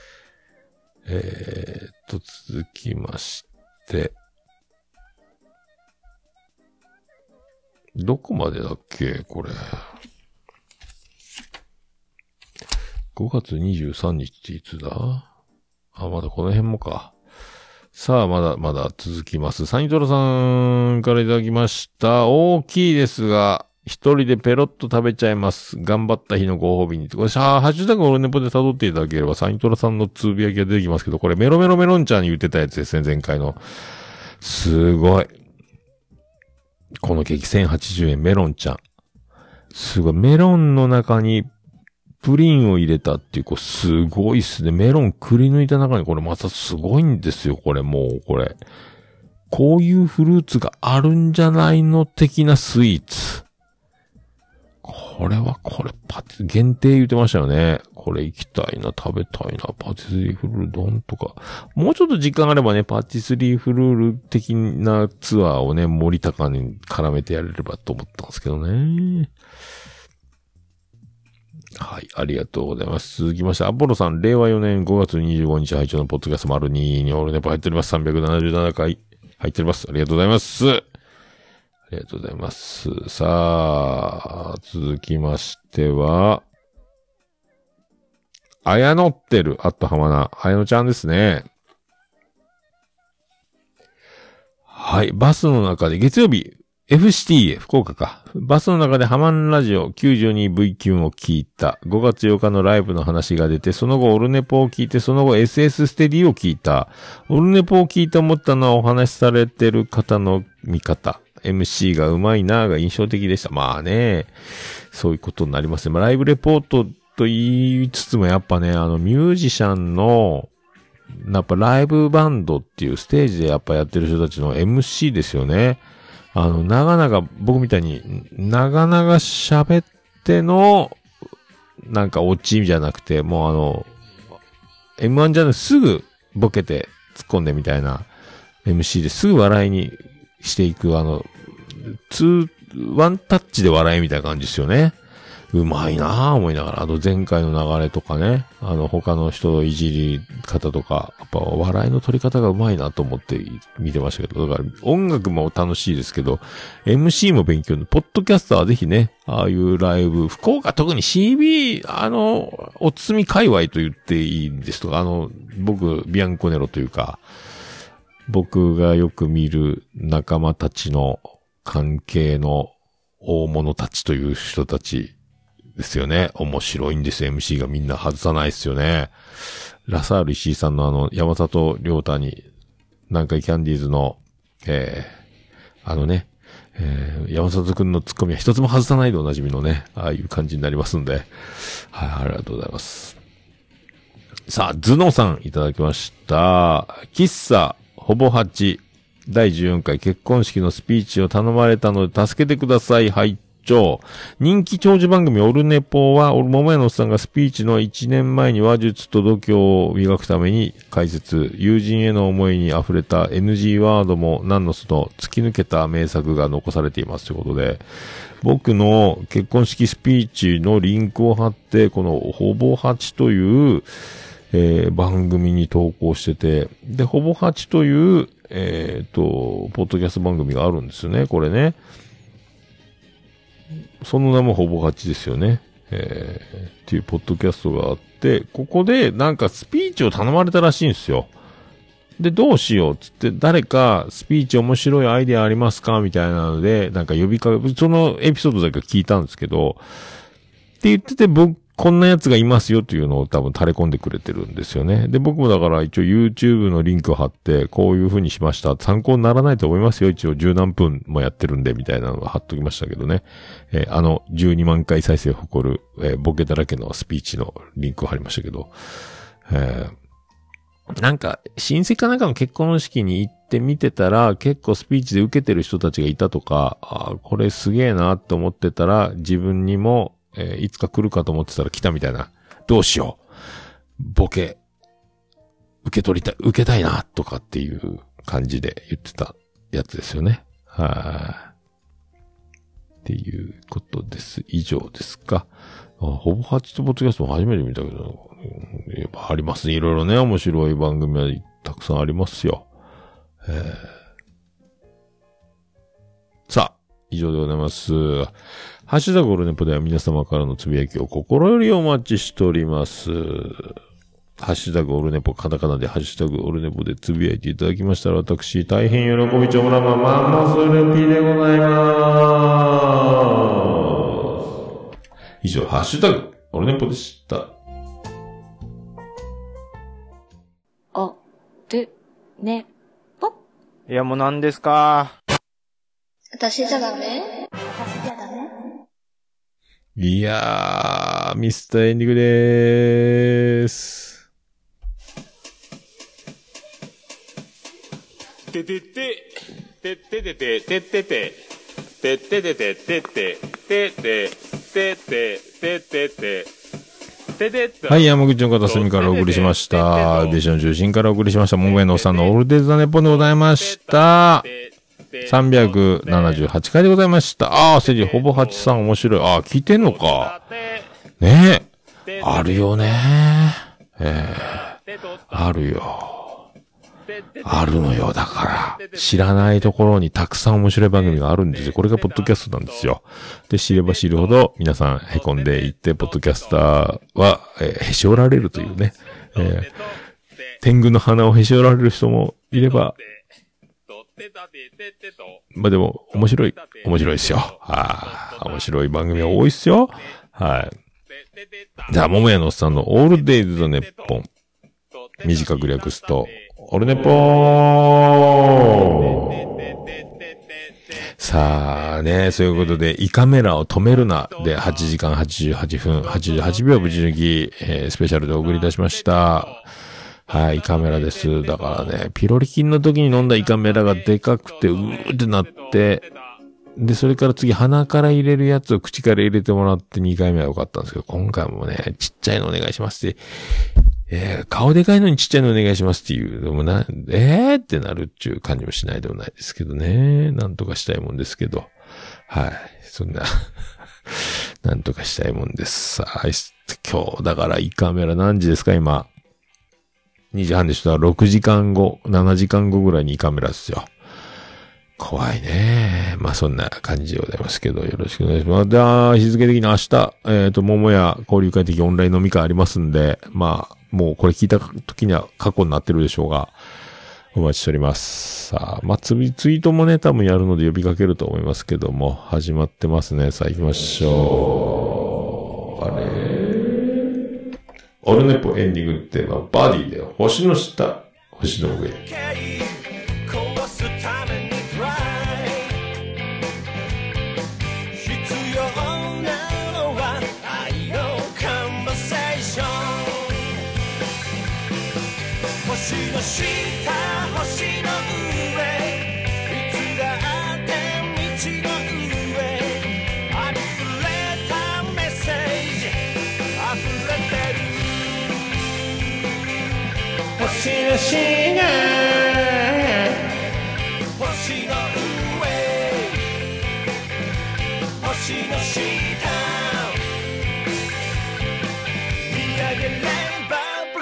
えーと、続きまして、どこまでだっけ、これ。ごがつにじゅうさんにちっていつだ？あ、まだこの辺もか。さあ、まだまだ続きます。サニトラさんからいただきました。大きいですが、一人でペロッと食べちゃいます。頑張った日のご褒美に。これ、ハッシュタグオルネポで辿っていただければ、サニトラさんのつぶやきが出てきますけど、これメロメロメロンちゃんに言ってたやつですね、前回の。すごい。このケーキせんはちじゅうえんメロンちゃん。すごい。メロンの中に、プリンを入れたっていう、こう、すごいっすね。メロンくり抜いた中にこれまたすごいんですよ、これもう、これ。こういうフルーツがあるんじゃないの的なスイーツ。これはこれ、パティ、限定言ってましたよね。これ行きたいな、食べたいな、パティスリーフルール丼とか。もうちょっと時間があればね、パティスリーフルール的なツアーをね、森高に絡めてやれればと思ったんですけどね。はい、ありがとうございます。続きまして、アポロさん、れいわよねんごがつにじゅうごにち配聴のポッドキャスト丸ににオールネポ入っております。さんびゃくななじゅうななかい入っております。ありがとうございます。ありがとうございます。さあ、続きましては、あやのってる、あっとはまな、あやのちゃんですね。はい、バスの中で月曜日、エフシーティー へ、福岡か。バスの中でハマンラジオ きゅうじゅうにブイキュンを聞いた。ごがつようかのライブの話が出て、その後オルネポを聞いて、その後 エスエス ステディを聞いた。オルネポを聞いて思ったのはお話しされてる方の見方。エムシー が上手いなぁが印象的でした。まあね、そういうことになりますね。まあ、ライブレポートと言いつつもやっぱね、あのミュージシャンの、やっぱライブバンドっていうステージでやっぱやってる人たちの エムシー ですよね。あの、長々、僕みたいに、長々喋っての、なんかオチじゃなくて、もうあの、エムワン じゃなくすぐボケて突っ込んでみたいな エムシー ですぐ笑いにしていく、あの、ツー、ワンタッチで笑いみたいな感じですよね。 うまいなぁ思いながら、あと前回の流れとかね、あの他の人のいじり方とか、やっぱ笑いの取り方がうまいなと思って見てましたけど、だから音楽も楽しいですけど、エムシー も勉強の、ポッドキャスターはぜひね、ああいうライブ、福岡特に シービー、あの、おつつみ界隈と言っていいんですとか、あの、僕、ビアンコネロというか、僕がよく見る仲間たちの関係の大物たちという人たちですよね。面白いんですよ。エムシー がみんな外さないですよね。ラサール石井さんのあの、山里亮太に、南海キャンディーズの、えー、あのね、えー、山里くんのツッコミは一つも外さないでおなじみのね、ああいう感じになりますんで。はい、ありがとうございます。さあ、ズノさんいただきました。喫茶、ほぼはち、だいじゅうよんかい結婚式のスピーチを頼まれたので助けてください、拝聴。人気長寿番組オルネポは、桃屋のおっさんがスピーチのいちねんまえに話術と度胸を磨くために解説、友人への思いに溢れた エヌジー ワードも何のその突き抜けた名作が残されていますということで、僕の結婚式スピーチのリンクを貼って、このほぼはちという、えー、番組に投稿してて、で、ほぼはちという、えっと、ポッドキャスト番組があるんですよね、これね。その名もほぼはちですよね。えー、っていうポッドキャストがあって、ここでなんかスピーチを頼まれたらしいんですよ。で、どうしようっつって、誰かスピーチ面白いアイデアありますかみたいなので、なんか呼びかけ、そのエピソードだけ聞いたんですけど、って言ってて、僕、こんなやつがいますよというのを多分垂れ込んでくれてるんですよね。で、僕もだから一応 YouTube のリンクを貼って、こういう風にしました。参考にならないと思いますよ。一応十何分もやってるんで、みたいなのを貼っときましたけどね。えー、あの、じゅうにまんかい再生を誇る、えー、ボケだらけのスピーチのリンクを貼りましたけど、えー、なんか、親戚かなんかの結婚式に行って見てたら、結構スピーチで受けてる人たちがいたとか、あ、これすげえなと思ってたら、自分にも、えー、いつか来るかと思ってたら来たみたいな。どうしよう。ボケ、受け取りたい、受けたいな、とかっていう感じで言ってたやつですよね。はい。っていうことです。以上ですか。あ、ほぼはちとポッドキャストも初めて見たけど、うん、やっぱありますね。いろいろね、面白い番組はたくさんありますよ。えー、さあ、以上でございます。ハッシュタグオルネポでは皆様からのつぶやきを心よりお待ちしております。ハッシュタグオルネポ、カタカナでハッシュタグオルネポでつぶやいていただきましたら、私、大変喜びちょもらま、マンモスルピでございます。以上、ハッシュタグオルネポでした。 お、る、ね、ぽ。 いや、もう何ですか？ 私じゃダメ？私じゃダメ？ いやー、ミスターエンディングでーす。 ててて、てててて、ててて、てててて、ててて、ててて、ててて、 はい、山口の片隅からお送りしました。ベーション中心からお送りしました。桃屋のおっさんのオールデイズ・ザ・ネッポンでございました。さんびゃくななじゅうはちかいでございました。ああ、セジほぼはちさん面白い。ああ、聞いてんのか。ねえ。あるよね。ええー、あるよ。あるのよ。だから、知らないところにたくさん面白い番組があるんですよ。これがポッドキャストなんですよ。で、知れば知るほど皆さん凹んでいって、ポッドキャスターは、えー、へし折られるというね。えー、天狗の鼻をへし折られる人もいれば、まあでも、面白い、面白いですよ。はあ、面白い番組が多いっすよ。はい。じゃあ、桃屋のおっさんのオールデイズ・ザ・ネッポン。短く略すと、オルネポーさあね、そういうことで、胃カメラを止めるなではちじかんはちじゅうはちふんはちじゅうはちびょうぶち抜き、えー、スペシャルでお送りいたしました。はい、胃カメラです。だからね、ピロリ菌の時に飲んだ胃カメラがでかくて、うーってなって、で、それから次鼻から入れるやつを口から入れてもらってにかいめは良かったんですけど、今回もね、ちっちゃいのお願いしますって、えー、顔でかいのにちっちゃいのお願いしますっていう、でもな、えーってなるっていう感じもしないでもないですけどね。なんとかしたいもんですけど。はい。そんな、 なんとかしたいもんです。さあ、今日、だから胃カメラ何時ですか今。にじはんでしょ。だからろくじかんご、ななじかんごぐらいに胃カメラですよ。怖いね。まあそんな感じでございますけど、よろしくお願いします。で、あ日付的に明日、えっと、桃屋交流会的オンライン飲み会ありますんで、まあ、もうこれ聞いた時には過去になってるでしょうが、お待ちしております。さあ、まあ、ツイートもね、多分やるので呼びかけると思いますけども、始まってますね。さあ行きましょう。あれオルネポエンディングテーマ、バディで星の下、星の上。 星の下、星の上、いつだって道の上、あふれたメッセージあふれてる。星の下、星の上、星の下、見上げれば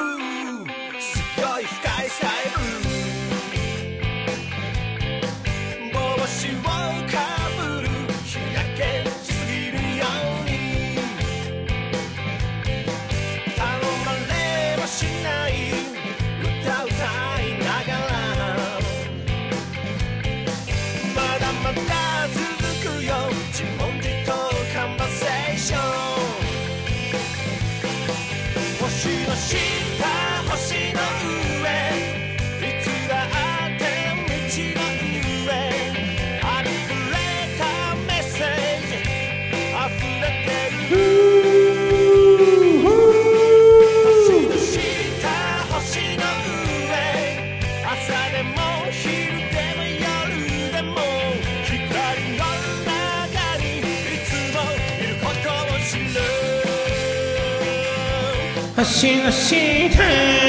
星の下、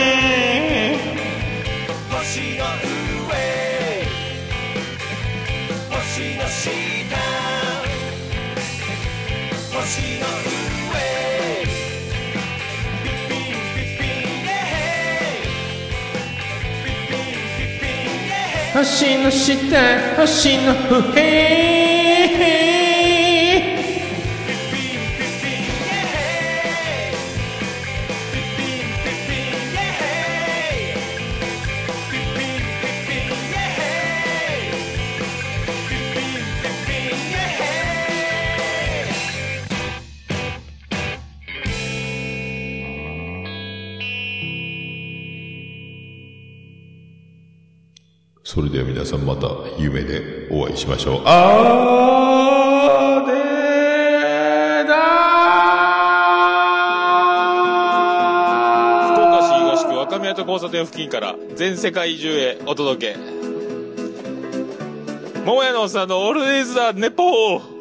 星の上、星の下、星の上、ピッピンピッピンイエーイ、ピッピンピッピンイエーイ、星の下、星の上、 それでは皆さんまた夢でお会いしましょう。あーでーだー福岡市東区若宮と交差点付近から全世界中へお届け。桃屋のおっさんのオールディーズ・ザ・ネポー。